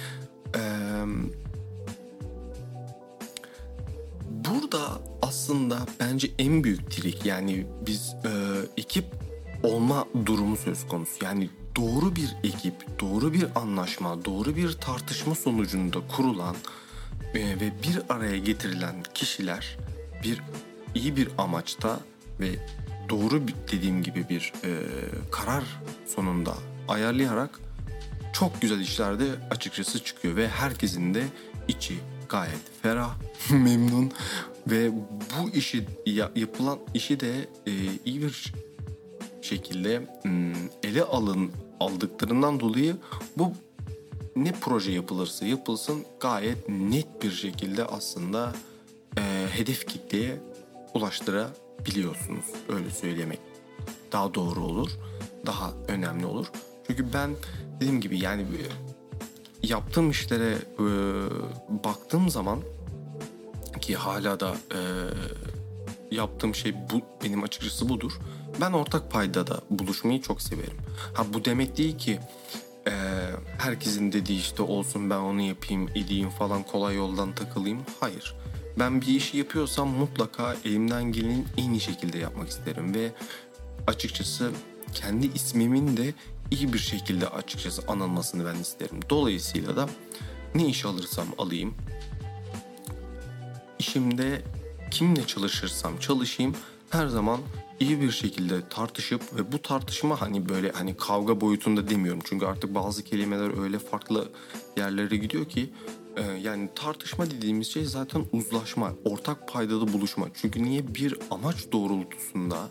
Burada aslında bence en büyük trik yani biz ekip olma durumu söz konusu. Yani doğru bir ekip, doğru bir anlaşma, doğru bir tartışma sonucunda kurulan ve bir araya getirilen kişiler iyi bir amaçta ve doğru dediğim gibi bir karar sonunda ayarlayarak çok güzel işlerde açıkçası çıkıyor ve herkesin de içi gayet ferah, memnun ve bu işi yapılan işi de iyi bir şekilde ele aldıklarından dolayı bu ne proje yapılırsa yapılsın gayet net bir şekilde aslında hedef kitleye ulaştırabiliyorsunuz. Öyle söylemek daha doğru olur, daha önemli olur. Çünkü ben dediğim gibi yani yaptığım işlere baktığım zaman ki hala da yaptığım şey bu benim açıkçası budur. Ben ortak paydada buluşmayı çok severim. Bu demek değil ki herkesin dediği işte olsun ben onu yapayım edeyim falan kolay yoldan takılayım. Hayır. Ben bir işi yapıyorsam mutlaka elimden gelenin en iyi şekilde yapmak isterim ve açıkçası kendi ismimin de iyi bir şekilde açıkçası anılmasını ben isterim. Dolayısıyla da ne iş alırsam alayım, işimde kimle çalışırsam çalışayım her zaman iyi bir şekilde tartışıp ve bu tartışma hani böyle hani kavga boyutunda demiyorum. Çünkü artık bazı kelimeler öyle farklı yerlere gidiyor ki yani tartışma dediğimiz şey zaten uzlaşma, ortak paydada buluşma. Çünkü niye bir amaç doğrultusunda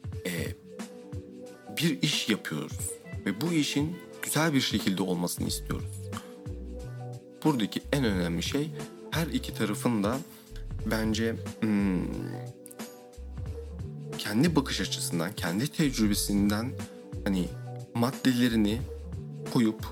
bir iş yapıyoruz ve bu işin güzel bir şekilde olmasını istiyoruz. Buradaki en önemli şey her iki tarafın da bence kendi bakış açısından, kendi tecrübesinden hani maddelerini koyup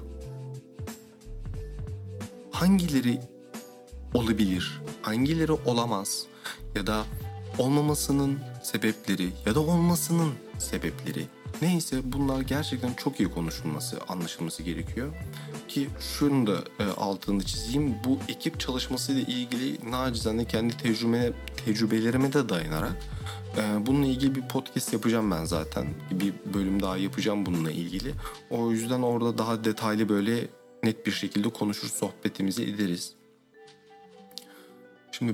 hangileri olabilir, hangileri olamaz ya da olmamasının sebepleri ya da olmasının sebepleri neyse bunlar gerçekten çok iyi konuşulması, anlaşılması gerekiyor. Ki şunu da altını çizeyim. Bu ekip çalışmasıyla ilgili nacizane kendi tecrübelerime de dayanarak bununla ilgili bir podcast yapacağım ben zaten. Bir bölüm daha yapacağım bununla ilgili. O yüzden orada daha detaylı böyle net bir şekilde konuşur, sohbetimizi ederiz. Şimdi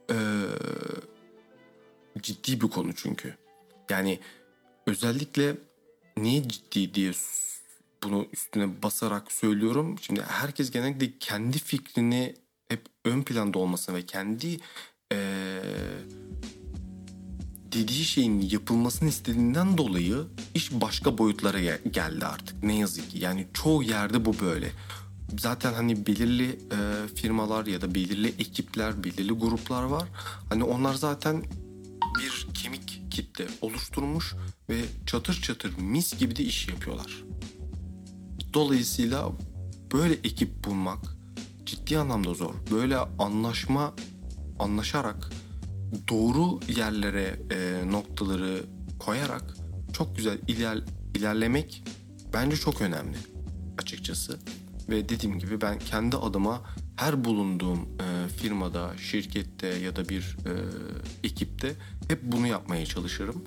ciddi bir konu çünkü. Yani özellikle niye ciddi diye bunu üstüne basarak söylüyorum. Şimdi herkes genellikle kendi fikrini hep ön planda olmasına ve kendi dediği şeyin yapılmasını istediğinden dolayı iş başka boyutlara geldi artık. Ne yazık ki. Yani çoğu yerde bu böyle. Zaten hani belirli firmalar ya da belirli ekipler, belirli gruplar var. Hani onlar zaten bir kemik kitle oluşturmuş ve çatır çatır mis gibi de iş yapıyorlar. Dolayısıyla böyle ekip bulmak ciddi anlamda zor. Böyle anlaşarak doğru yerlere noktaları koyarak çok güzel ilerlemek bence çok önemli açıkçası. Ve dediğim gibi ben kendi adıma her bulunduğum firmada, şirkette ya da bir ekipte hep bunu yapmaya çalışırım.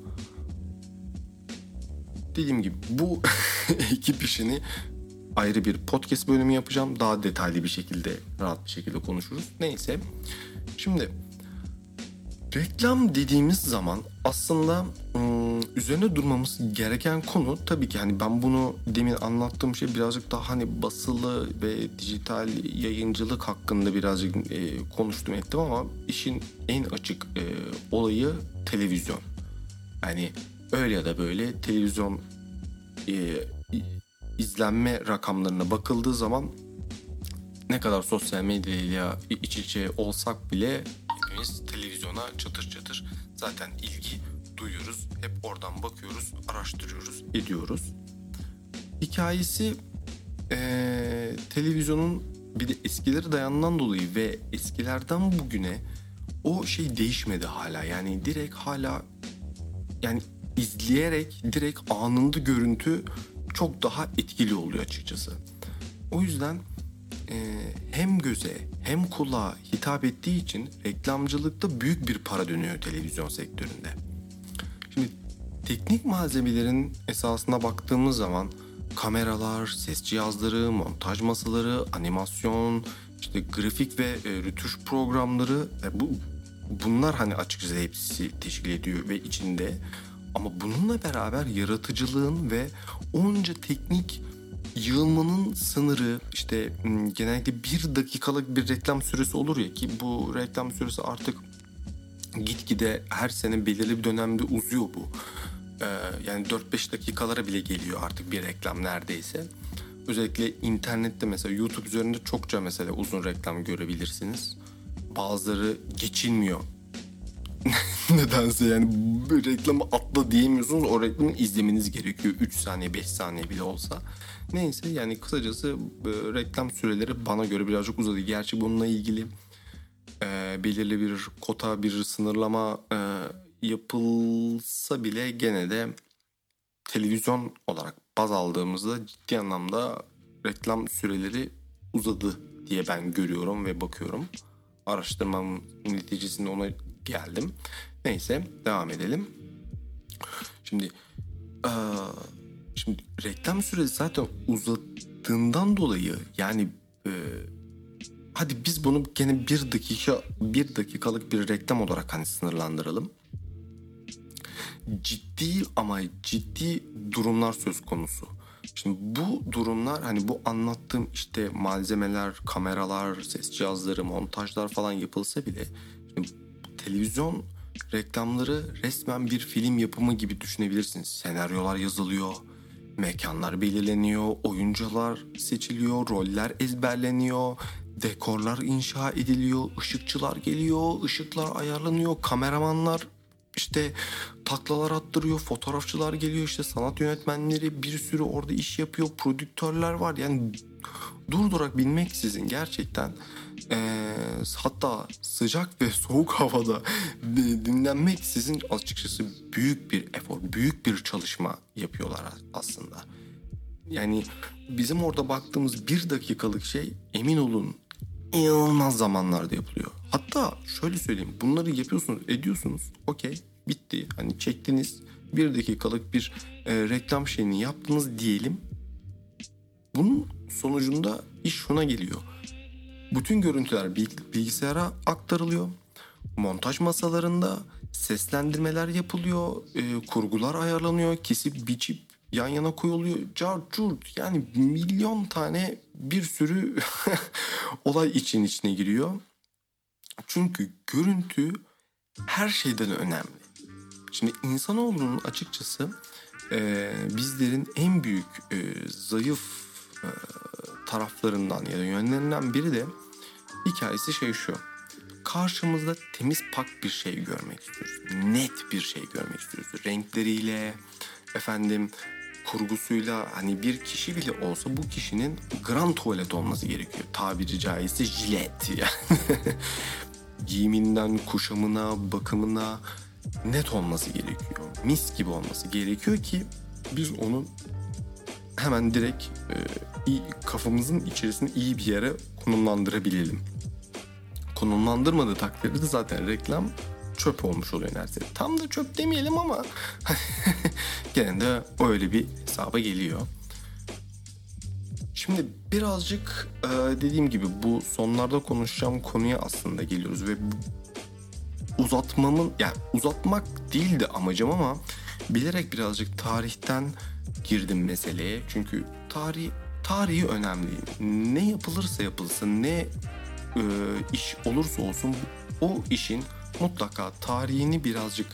Dediğim gibi bu ekip işini ayrı bir podcast bölümü yapacağım. Daha detaylı bir şekilde, rahat bir şekilde konuşuruz. Neyse. Şimdi reklam dediğimiz zaman aslında üzerine durmamız gereken konu tabii ki hani ben bunu demin anlattığım şey birazcık daha hani basılı ve dijital yayıncılık hakkında birazcık konuştum ettim ama işin en açık olayı televizyon. Yani öyle ya da böyle televizyon izlenme rakamlarına bakıldığı zaman ne kadar sosyal medyayla iç içe olsak bile hepimiz televizyona çatır çatır zaten ilgi duyuyoruz. Hep oradan bakıyoruz, araştırıyoruz, ediyoruz. Hikayesi televizyonun bir de eskileri dayandığından dolayı ve eskilerden bugüne o şey değişmedi hala. Yani direkt hala yani izleyerek direkt anında görüntü çok daha etkili oluyor açıkçası. O yüzden hem göze hem kulağa hitap ettiği için reklamcılıkta büyük bir para dönüyor televizyon sektöründe. Şimdi teknik malzemelerin esasına baktığımız zaman kameralar, ses cihazları, montaj masaları, animasyon, işte grafik ve rötuş programları bunlar hani açıkçası hepsi teşkil ediyor ve içinde. Ama bununla beraber yaratıcılığın ve onca teknik yığılmanın sınırı işte genellikle 1 dakikalık bir reklam süresi olur ya ki bu reklam süresi artık gitgide her sene belirli bir dönemde uzuyor bu. Yani 4-5 dakikalara bile geliyor artık bir reklam neredeyse. Özellikle internette mesela YouTube üzerinde çokça mesela uzun reklam görebilirsiniz. Bazıları geçilmiyor. Nedense yani bu reklamı atla diyemiyorsunuz. O reklamı izlemeniz gerekiyor. 3 saniye 5 saniye bile olsa. Neyse yani kısacası reklam süreleri bana göre birazcık uzadı. Gerçi bununla ilgili belirli bir kota, bir sınırlama yapılsa bile gene de televizyon olarak baz aldığımızda ciddi anlamda reklam süreleri uzadı diye ben görüyorum ve bakıyorum. Araştırmam neticesinde ona geldim. Neyse devam edelim. Şimdi reklam süresi zaten uzattığından dolayı yani hadi biz bunu gene 1 dakikalık bir reklam olarak hani sınırlandıralım. Ciddi durumlar söz konusu. Şimdi bu durumlar hani bu anlattığım işte malzemeler, kameralar, ses cihazları, montajlar falan yapılsa bile şimdi televizyon reklamları resmen bir film yapımı gibi düşünebilirsiniz. Senaryolar yazılıyor, mekanlar belirleniyor, oyuncular seçiliyor, roller ezberleniyor, dekorlar inşa ediliyor, ışıkçılar geliyor, ışıklar ayarlanıyor, kameramanlar işte taklalar attırıyor, fotoğrafçılar geliyor, işte sanat yönetmenleri bir sürü orada iş yapıyor, prodüktörler var. Yani durdurabilmeksizin gerçekten hatta sıcak ve soğuk havada dinlenmeksizin açıkçası büyük bir efor, büyük bir çalışma yapıyorlar aslında. Yani bizim orada baktığımız 1 dakikalık şey, emin olun, inanılmaz zamanlarda yapılıyor. Hatta şöyle söyleyeyim, bunları yapıyorsunuz, ediyorsunuz, okey, bitti. Hani çektiniz, 1 dakikalık bir reklam şeyini yaptınız diyelim. Bunun sonucunda iş şuna geliyor. Bütün görüntüler bilgisayara aktarılıyor. Montaj masalarında seslendirmeler yapılıyor. Kurgular ayarlanıyor. Kesip biçip yan yana koyuluyor. Cart, yani milyon tane bir sürü olay içine giriyor. Çünkü görüntü her şeyden önemli. Şimdi insanoğlunun açıkçası bizlerin en büyük zayıf taraflarından ya da yönlerinden biri de hikayesi şu. Karşımızda temiz, pak bir şey görmek istiyoruz. Net bir şey görmek istiyoruz. Renkleriyle, kurgusuyla, hani bir kişi bile olsa bu kişinin grand tuvalet olması gerekiyor. Tabiri caizse jilet yani. Giyiminden kuşamına, bakımına net olması gerekiyor. Mis gibi olması gerekiyor ki biz onu hemen direkt kafamızın içerisinde iyi bir yere konumlandırabilelim. Konumlandırmadığı takdirde de zaten reklam çöp olmuş oluyor neredeyse. Tam da çöp demeyelim ama gene de öyle bir hesaba geliyor. Şimdi birazcık dediğim gibi bu sonlarda konuşacağım konuya aslında geliyoruz ve uzatmak değildi amacım ama bilerek birazcık tarihten girdim meseleye. Çünkü tarihi önemli. Ne yapılırsa yapılsın, ne iş olursa olsun o işin mutlaka tarihini birazcık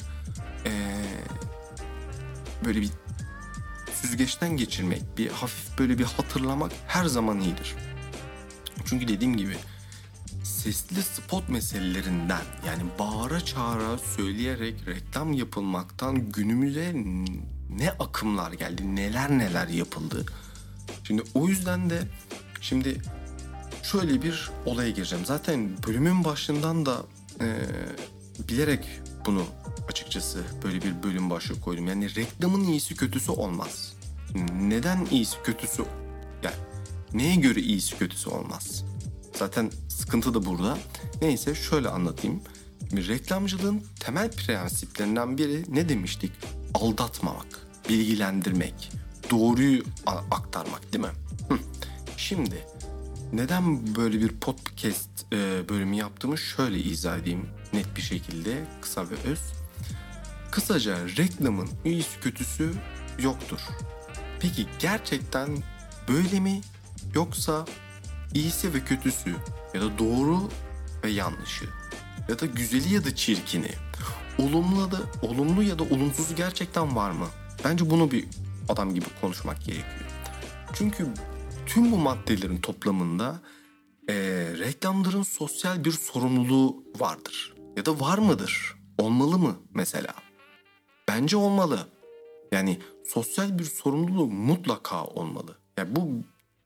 böyle bir süzgeçten geçirmek, bir hafif böyle bir hatırlamak her zaman iyidir. Çünkü dediğim gibi sesli spot meselelerinden, yani bağıra çağıra söyleyerek reklam yapılmaktan günümüze ne akımlar geldi, neler yapıldı. Şimdi o yüzden de şimdi şöyle bir olaya gireceğim. Zaten bölümün başından da bilerek bunu açıkçası böyle bir bölüm başlığı koydum. Yani reklamın iyisi kötüsü olmaz. Neden iyisi kötüsü, yani neye göre iyisi kötüsü olmaz? Zaten sıkıntı da burada. Neyse şöyle anlatayım. Reklamcılığın temel prensiplerinden biri ne demiştik? Aldatmamak, bilgilendirmek, doğruyu aktarmak, değil mi? Şimdi neden böyle bir podcast bölümü yaptığımı şöyle izah edeyim net bir şekilde, kısa ve öz. Kısaca reklamın iyisi kötüsü yoktur. Peki gerçekten böyle mi? Yoksa iyisi ve kötüsü ya da doğru ve yanlışı ya da güzeli ya da çirkini, olumlu ya da olumsuzu gerçekten var mı? Bence bunu bir adam gibi konuşmak gerekiyor. Çünkü tüm bu maddelerin toplamında reklamların sosyal bir sorumluluğu vardır. Ya da var mıdır? Olmalı mı mesela? Bence olmalı. Yani sosyal bir sorumluluğu mutlaka olmalı. Yani bu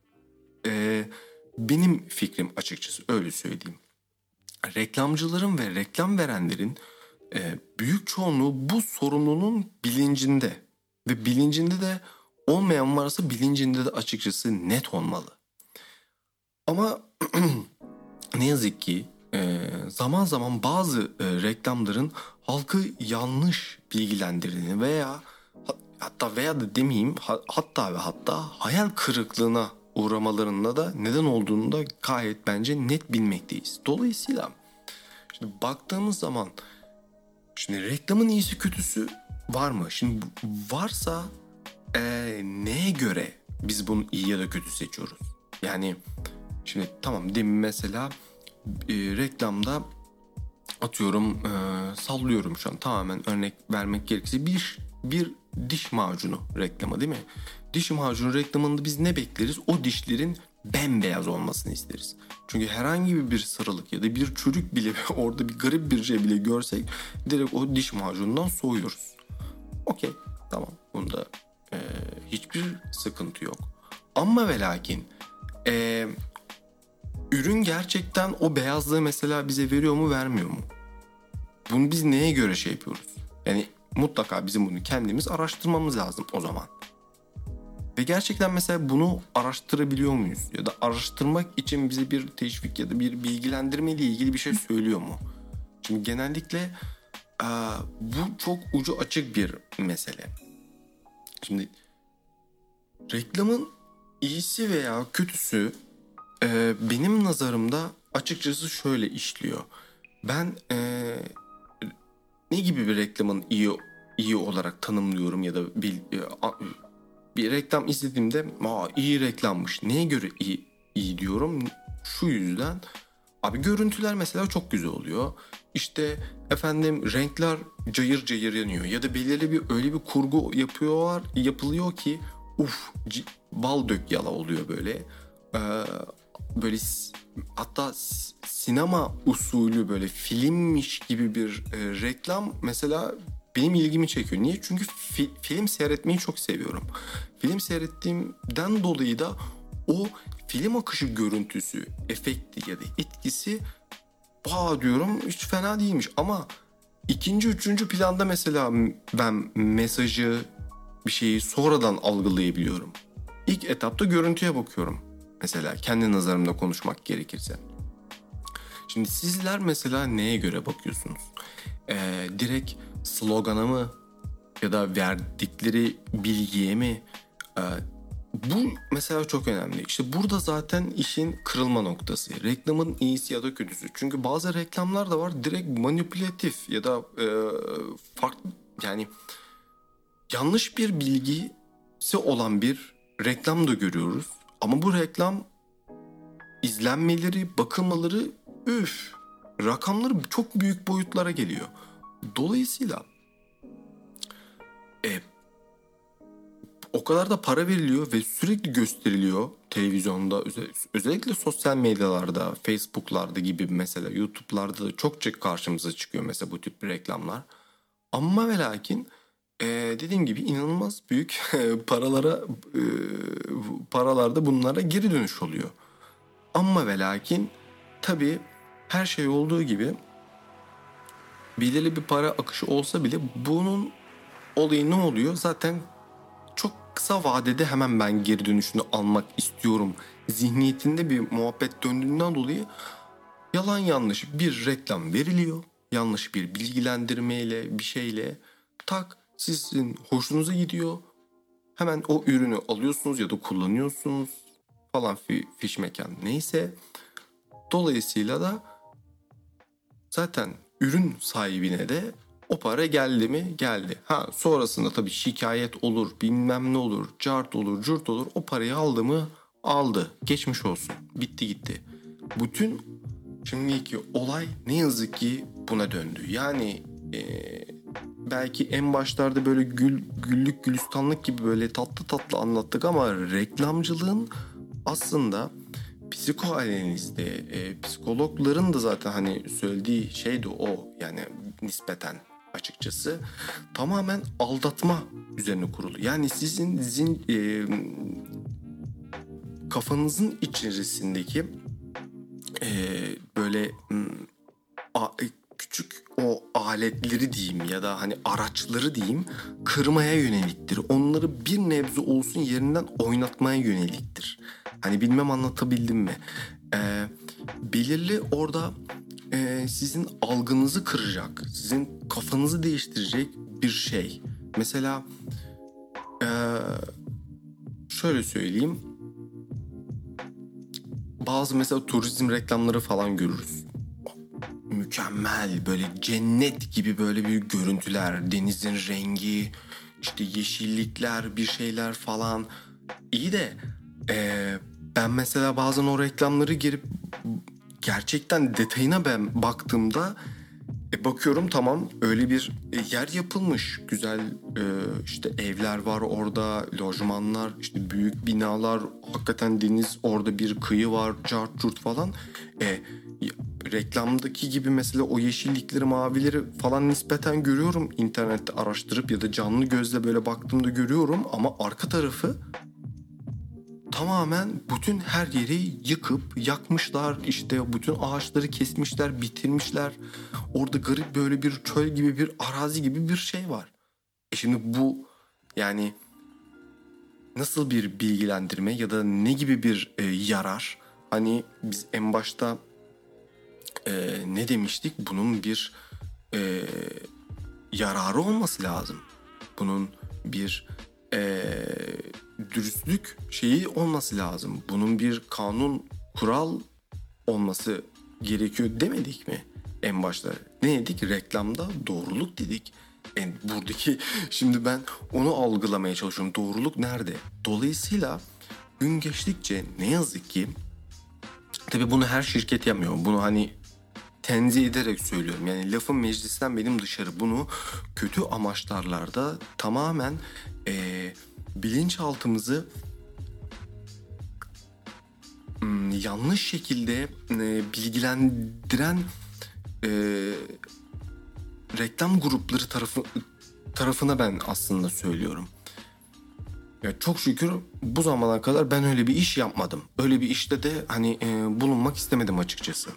benim fikrim açıkçası, öyle söyleyeyim. Reklamcıların ve reklam verenlerin büyük çoğunluğu bu sorumluluğun bilincinde. Ve bilincinde de olmayan varsa bilincinde de açıkçası net olmalı. Ama ne yazık ki zaman zaman bazı reklamların halkı yanlış bilgilendirdiğini veya da demeyeyim, hatta hayal kırıklığına uğramalarında da neden olduğunu da gayet bence net bilmekteyiz. Dolayısıyla şimdi baktığımız zaman şimdi reklamın iyisi kötüsü var mı? Şimdi varsa neye göre biz bunu iyi ya da kötü seçiyoruz? Yani şimdi tamam, demin mesela reklamda atıyorum sallıyorum şu an, tamamen örnek vermek gerekirse bir diş macunu reklamı, değil mi? Diş macunu reklamında biz ne bekleriz? O dişlerin bembeyaz olmasını isteriz. Çünkü herhangi bir sarılık ya da bir çürük bile orada bir garip bir şey bile görsek direkt o diş macunundan soğuyoruz. Okey, tamam, bunda hiçbir sıkıntı yok. Ama ve lakin Ürün gerçekten o beyazlığı mesela bize veriyor mu, vermiyor mu? Bunu biz neye göre şey yapıyoruz? Yani mutlaka bizim bunu kendimiz araştırmamız lazım o zaman. Ve gerçekten mesela bunu araştırabiliyor muyuz? Ya da araştırmak için bize bir teşvik ya da bir bilgilendirme ile ilgili bir şey söylüyor mu? Şimdi genellikle bu çok ucu açık bir mesele. Şimdi reklamın iyisi veya kötüsü benim nazarımda açıkçası şöyle işliyor. Ben ne gibi bir reklamın iyi olarak tanımlıyorum ya da bir reklam izlediğimde iyi reklammış. Neye göre iyi diyorum? Şu yüzden. Abi görüntüler mesela çok güzel oluyor. İşte efendim renkler cayır cayır yanıyor. Ya da belirli bir öyle bir kurgu yapılıyor ki bal dök yala oluyor böyle. Böyle hatta sinema usulü böyle filmmiş gibi bir reklam mesela benim ilgimi çekiyor. Niye? Çünkü film seyretmeyi çok seviyorum. Film seyrettiğimden dolayı da o film akışı görüntüsü, efekti ya da etkisi diyorum hiç fena değilmiş. Ama ikinci, üçüncü planda mesela ben mesajı, bir şeyi sonradan algılayabiliyorum. İlk etapta görüntüye bakıyorum. Mesela kendi nazarımda konuşmak gerekirse. Şimdi sizler mesela neye göre bakıyorsunuz? Direkt slogana mı ya da verdikleri bilgiye mi? Bu mesela çok önemli. İşte burada zaten işin kırılma noktası. Reklamın iyisi ya da kötüsü. Çünkü bazı reklamlar da var direkt manipülatif ya da farklı, yani yanlış bir bilgisi olan bir reklam da görüyoruz. Ama bu reklam izlenmeleri, bakılmaları rakamları çok büyük boyutlara geliyor. Dolayısıyla o kadar da para veriliyor ve sürekli gösteriliyor televizyonda, özellikle sosyal medyalarda, Facebook'larda gibi, mesela YouTube'larda da çokça karşımıza çıkıyor mesela bu tip reklamlar. Ama ve lakin dediğim gibi inanılmaz büyük paralarda bunlara geri dönüş oluyor. Ama ve lakin tabii her şey olduğu gibi belirli bir para akışı olsa bile bunun olayı ne oluyor? Zaten çok kısa vadede hemen ben geri dönüşünü almak istiyorum zihniyetinde bir muhabbet döndüğünden dolayı yalan yanlış bir reklam veriliyor. Yanlış bir bilgilendirmeyle, bir şeyle sizin hoşunuza gidiyor. Hemen o ürünü alıyorsunuz ya da kullanıyorsunuz falan, fiş mekan neyse. Dolayısıyla da zaten ürün sahibine de o para geldi mi? Geldi. Sonrasında tabii şikayet olur, bilmem ne olur, cart olur, curt olur. O parayı aldı mı? Aldı. Geçmiş olsun. Bitti gitti. Bütün şimdiki olay ne yazık ki buna döndü. Yani belki en başlarda böyle güllük gülistanlık gibi böyle tatlı tatlı anlattık ama reklamcılığın aslında psikoanalizde psikologların da zaten hani söylediği şey de o, yani nispeten açıkçası tamamen aldatma üzerine kurulu. Yani sizin kafanızın içerisindeki böyle küçük o aletleri diyeyim ya da hani araçları diyeyim kırmaya yöneliktir. Onları bir nebze olsun yerinden oynatmaya yöneliktir. Hani bilmem anlatabildim mi? Belirli orada sizin algınızı kıracak, sizin kafanızı değiştirecek bir şey. Mesela şöyle söyleyeyim. Bazı mesela turizm reklamları falan görürüz. Mükemmel, böyle cennet gibi böyle bir görüntüler, denizin rengi, işte yeşillikler, bir şeyler falan. İyi de ben mesela bazen o reklamları girip gerçekten detayına ben baktığımda bakıyorum, tamam öyle bir yer yapılmış. Güzel işte evler var orada, lojmanlar, işte büyük binalar, hakikaten deniz, orada bir kıyı var, cart curt falan. Reklamdaki gibi mesela o yeşillikleri, mavileri falan nispeten görüyorum internette araştırıp ya da canlı gözle böyle baktığımda görüyorum ama arka tarafı tamamen bütün her yeri yıkıp yakmışlar. İşte bütün ağaçları kesmişler, bitirmişler. Orada garip böyle bir çöl gibi bir arazi gibi bir şey var. Şimdi bu yani nasıl bir bilgilendirme ya da ne gibi bir yarar? Hani biz en başta ne demiştik? Bunun bir yararı olması lazım. Bunun bir dürüstlük şeyi olması lazım. Bunun bir kanun, kural olması gerekiyor demedik mi en başta? Ne dedik? Reklamda doğruluk dedik. Buradaki şimdi ben onu algılamaya çalışıyorum. Doğruluk nerede? Dolayısıyla gün geçtikçe ne yazık ki tabii bunu her şirket yapmıyor. Bunu hani tenzih ederek söylüyorum. Yani lafın meclisten benim dışarı. Bunu kötü amaçlarla tamamen bilinçaltımızı yanlış şekilde bilgilendiren reklam grupları tarafına ben aslında söylüyorum. Ya çok şükür bu zamana kadar ben öyle bir iş yapmadım. Öyle bir işte de hani bulunmak istemedim açıkçası.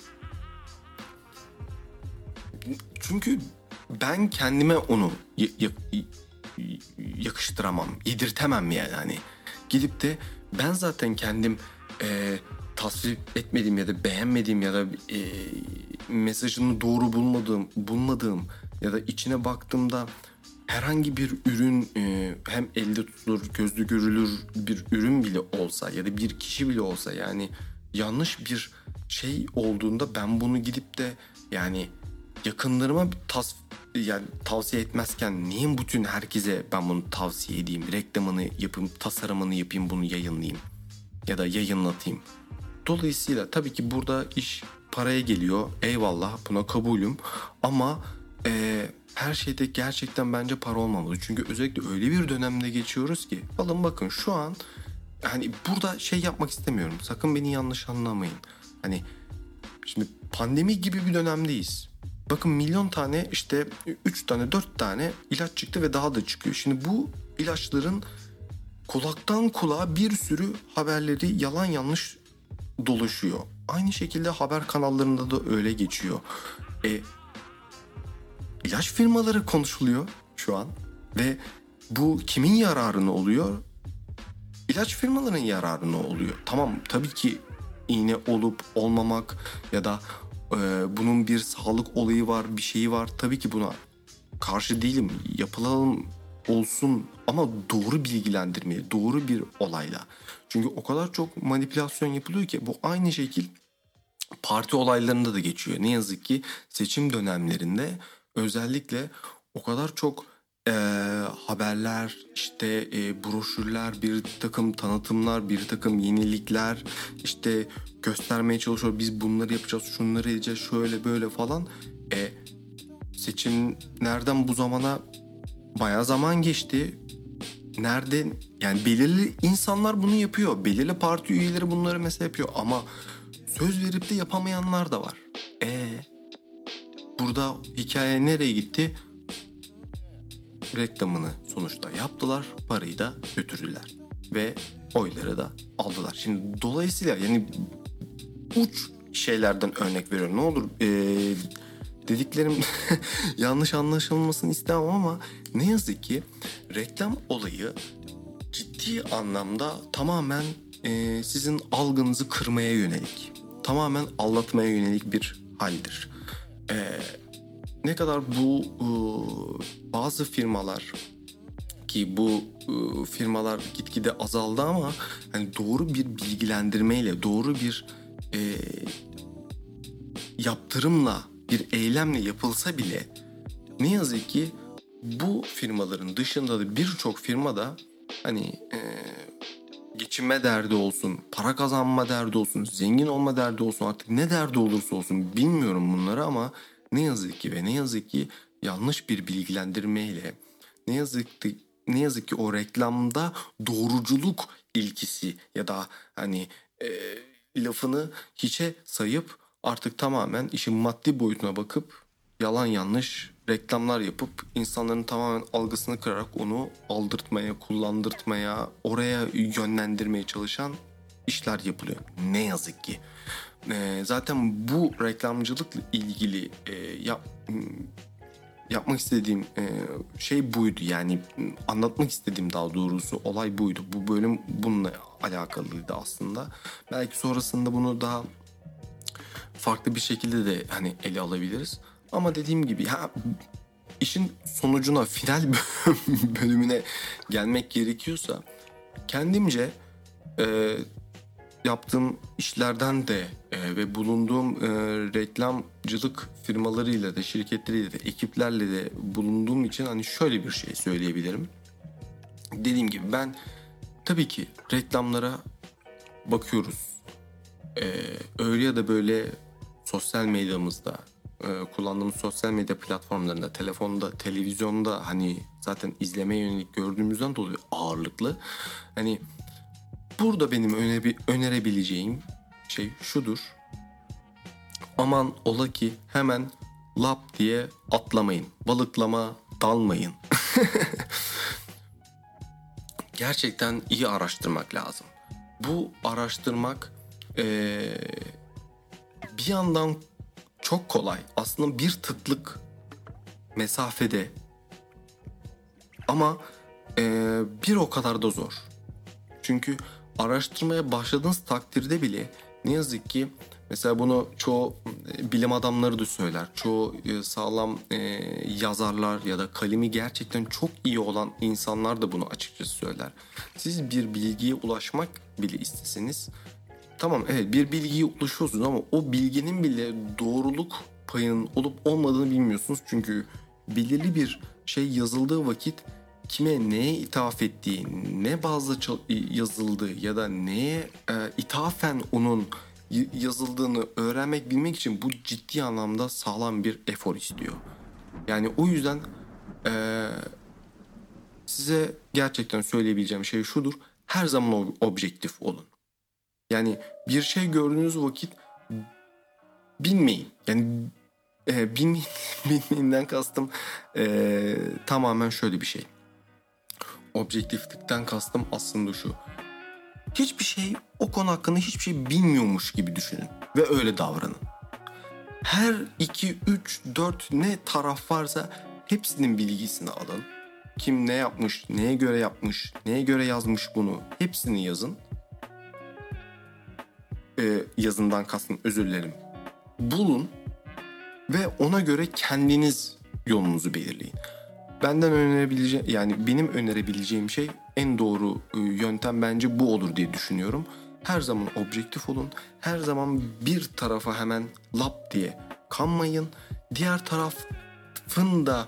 Çünkü ben kendime onu yakıştıramam, yedirtemem yani hani. Gidip de ben zaten kendim tasvip etmediğim ya da beğenmediğim ya da mesajını doğru bulmadığım ya da içine baktığımda herhangi bir ürün hem elde tutulur, gözle görülür bir ürün bile olsa ya da bir kişi bile olsa yani yanlış bir şey olduğunda ben bunu gidip de yani yakınlarıma yani tavsiye etmezken niye bütün herkese ben bunu tavsiye edeyim, reklamını yapayım, tasarımını yapayım, bunu yayınlayayım ya da yayınlatayım. Dolayısıyla tabii ki burada iş paraya geliyor. Eyvallah, buna kabulüm. Ama her şeyde gerçekten bence para olmamalı. Çünkü özellikle öyle bir dönemde geçiyoruz ki. Alın bakın şu an hani burada şey yapmak istemiyorum. Sakın beni yanlış anlamayın. Hani şimdi pandemi gibi bir dönemdeyiz. Bakın milyon tane işte 3 tane 4 tane ilaç çıktı ve daha da çıkıyor. Şimdi bu ilaçların kulaktan kulağa bir sürü haberleri yalan yanlış dolaşıyor. Aynı şekilde haber kanallarında da öyle geçiyor. İlaç firmaları konuşuluyor şu an ve bu kimin yararına oluyor? İlaç firmalarının yararına oluyor. Tamam tabii ki iğne olup olmamak ya da bunun bir sağlık olayı var, bir şeyi var. Tabii ki buna karşı değilim. Yapılalım olsun ama doğru bilgilendirmeli, doğru bir olayla. Çünkü o kadar çok manipülasyon yapılıyor ki bu aynı şekil parti olaylarında da geçiyor. Ne yazık ki seçim dönemlerinde özellikle o kadar çok haberler, işte broşürler, bir takım tanıtımlar, bir takım yenilikler işte göstermeye çalışıyor. Biz bunları yapacağız, şunları edeceğiz, şöyle böyle falan. Seçimlerden bu zamana bayağı zaman geçti. Nerede yani belirli insanlar bunu yapıyor. Belirli parti üyeleri bunları mesela yapıyor ama söz verip de yapamayanlar da var. Burada hikaye nereye gitti? Reklamını sonuçta yaptılar, parayı da götürdüler ve oyları da aldılar. Şimdi dolayısıyla yani uç şeylerden örnek veriyorum. Ne olur dediklerim yanlış anlaşılmasını istemem ama ne yazık ki reklam olayı ciddi anlamda tamamen sizin algınızı kırmaya yönelik, tamamen aldatmaya yönelik bir haldir. Ne kadar bu bazı firmalar ki bu firmalar gitgide azaldı ama hani doğru bir bilgilendirmeyle, doğru bir yaptırımla, bir eylemle yapılsa bile ne yazık ki bu firmaların dışında da birçok firmada hani geçinme derdi olsun, para kazanma derdi olsun, zengin olma derdi olsun, artık ne derdi olursa olsun bilmiyorum bunları ama ne yazık ki ve ne yazık ki yanlış bir bilgilendirmeyle ne yazık ki o reklamda doğruculuk ilkesi ya da hani lafını hiçe sayıp artık tamamen işin maddi boyutuna bakıp yalan yanlış reklamlar yapıp insanların tamamen algısını kırarak onu aldırtmaya, kullandırtmaya, oraya yönlendirmeye çalışan işler yapılıyor. Ne yazık ki. Zaten bu reklamcılıkla ilgili yapmak istediğim şey buydu. Yani anlatmak istediğim daha doğrusu olay buydu. Bu bölüm bununla alakalıydı aslında. Belki sonrasında bunu daha farklı bir şekilde de hani ele alabiliriz. Ama dediğim gibi işin sonucuna, final bölümüne gelmek gerekiyorsa kendimce yaptığım işlerden de ve bulunduğum reklamcılık firmalarıyla da, şirketleriyle de, ekiplerle de bulunduğum için hani şöyle bir şey söyleyebilirim. Dediğim gibi ben tabii ki reklamlara bakıyoruz. Öyle ya da böyle sosyal medyamızda, kullandığımız sosyal medya platformlarında, telefonda, televizyonda hani zaten izlemeye yönelik gördüğümüzden dolayı ağırlıklı. Hani burada benim önerebileceğim şey şudur. Aman ola ki hemen lap diye atlamayın. Balıklama dalmayın. Gerçekten iyi araştırmak lazım. Bu araştırmak bir yandan çok kolay. Aslında bir tıklık mesafede. Ama bir o kadar da zor. Çünkü araştırmaya başladığınız takdirde bile ne yazık ki mesela bunu çoğu bilim adamları da söyler. Çoğu sağlam yazarlar ya da kalemi gerçekten çok iyi olan insanlar da bunu açıkçası söyler. Siz bir bilgiye ulaşmak bile isteseniz tamam evet bir bilgiye ulaşıyorsunuz ama o bilginin bile doğruluk payının olup olmadığını bilmiyorsunuz. Çünkü belirli bir şey yazıldığı vakit kime neye ithaf ettiği, ne bazda yazıldığı ya da neye ithafen onun yazıldığını öğrenmek, bilmek için bu ciddi anlamda sağlam bir efor istiyor. Yani o yüzden size gerçekten söyleyebileceğim şey şudur. Her zaman objektif olun. Yani bir şey gördüğünüz vakit bilmeyin. Yani bilmeyinden kastım tamamen şöyle bir şey. Objektiflikten kastım aslında şu. Hiçbir şey, o konu hakkında hiçbir şey bilmiyormuş gibi düşünün ve öyle davranın. Her 2, 3, 4 ne taraf varsa hepsinin bilgisini alın. Kim ne yapmış, neye göre yapmış, neye göre yazmış bunu hepsini yazın. Yazından kastım özür dilerim. Bulun ve ona göre kendiniz yolunuzu belirleyin. Benden önerebileceğim, yani benim önerebileceğim şey en doğru yöntem bence bu olur diye düşünüyorum. Her zaman objektif olun. Her zaman bir tarafa hemen lap diye kanmayın. Diğer tarafın da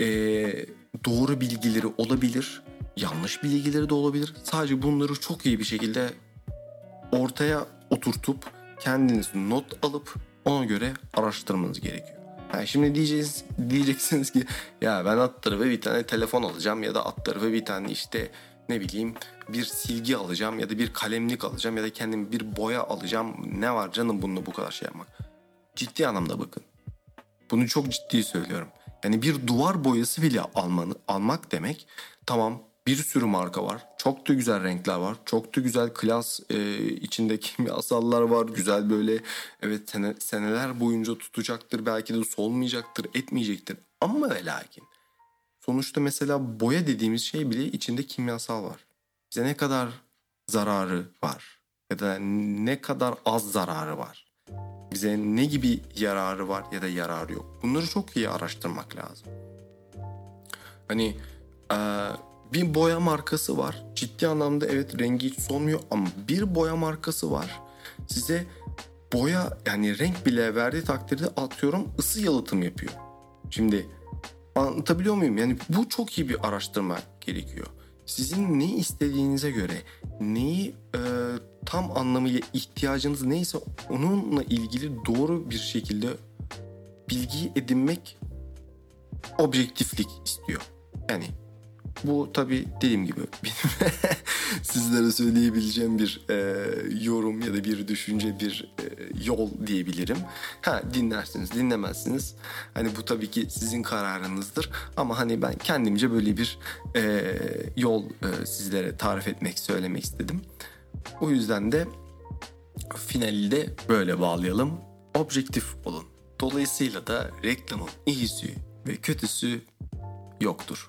doğru bilgileri olabilir. Yanlış bilgileri de olabilir. Sadece bunları çok iyi bir şekilde ortaya oturtup kendiniz not alıp ona göre araştırmanız gerekiyor. Şimdi diyeceksiniz ki ya ben alt tarafa bir tane telefon alacağım ya da alt tarafa bir tane işte ne bileyim bir silgi alacağım ya da bir kalemlik alacağım ya da kendim bir boya alacağım. Ne var canım bununla bu kadar şey yapmak? Ciddi anlamda bakın. Bunu çok ciddi söylüyorum. Yani bir duvar boyası bile almak demek tamam bir sürü marka var. Çok da güzel renkler var. Çok da güzel klas içinde kimyasallar var. Güzel böyle evet seneler boyunca tutacaktır. Belki de solmayacaktır, etmeyecektir. Ama ve lakin sonuçta mesela boya dediğimiz şey bile içinde kimyasal var. Bize ne kadar zararı var ya da ne kadar az zararı var. Bize ne gibi yararı var ya da yararı yok. Bunları çok iyi araştırmak lazım. Hani bir boya markası var. Ciddi anlamda evet rengi hiç solmuyor ama bir boya markası var. Size boya yani renk bile verdiği takdirde atıyorum ısı yalıtım yapıyor. Şimdi anlatabiliyor muyum? Yani bu çok iyi bir araştırma gerekiyor. Sizin ne istediğinize göre neyi tam anlamıyla ihtiyacınız neyse onunla ilgili doğru bir şekilde bilgi edinmek objektiflik istiyor. Yani bu tabii dediğim gibi benim sizlere söyleyebileceğim bir yorum ya da bir düşünce, bir yol diyebilirim. Dinlersiniz, dinlemezsiniz. Hani bu tabii ki sizin kararınızdır. Ama hani ben kendimce böyle bir yol sizlere tarif etmek, söylemek istedim. O yüzden de Finali de böyle bağlayalım. Objektif olun. Dolayısıyla da reklamın iyisi ve kötüsü yoktur.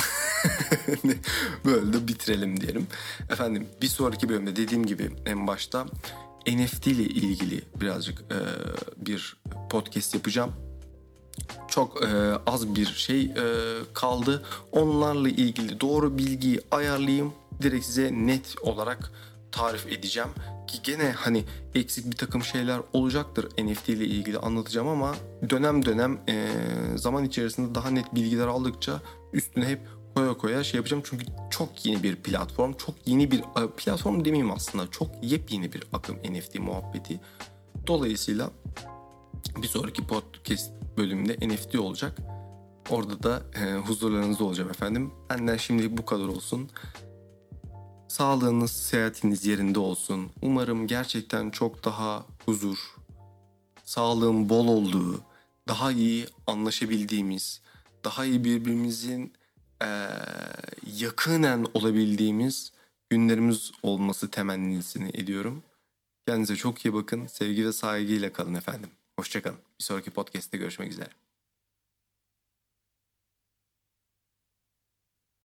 Böyle de bitirelim diyelim. Efendim bir sonraki bölümde dediğim gibi en başta NFT ile ilgili birazcık bir podcast yapacağım. Çok az bir şey kaldı. Onlarla ilgili doğru bilgiyi ayarlayayım. Direkt size net olarak tarif edeceğim. Ki gene hani eksik bir takım şeyler olacaktır NFT ile ilgili anlatacağım ama dönem dönem zaman içerisinde daha net bilgiler aldıkça üstüne hep koya şey yapacağım. Çünkü çok yeni bir platform. Çok yeni bir platform demeyeyim aslında. Çok yepyeni bir akım NFT muhabbeti. Dolayısıyla bir sonraki podcast bölümünde NFT olacak. Orada da huzurlarınızda olacağım efendim. Benden şimdilik bu kadar olsun. Sağlığınız, seyahatiniz yerinde olsun. Umarım gerçekten çok daha huzur, sağlığın bol olduğu, daha iyi anlaşabildiğimiz, daha iyi birbirimizin yakınen olabildiğimiz günlerimiz olması temennisini ediyorum. Kendinize çok iyi bakın. Sevgi ve saygıyla kalın efendim. Hoşça kalın. Bir sonraki podcast'te görüşmek üzere.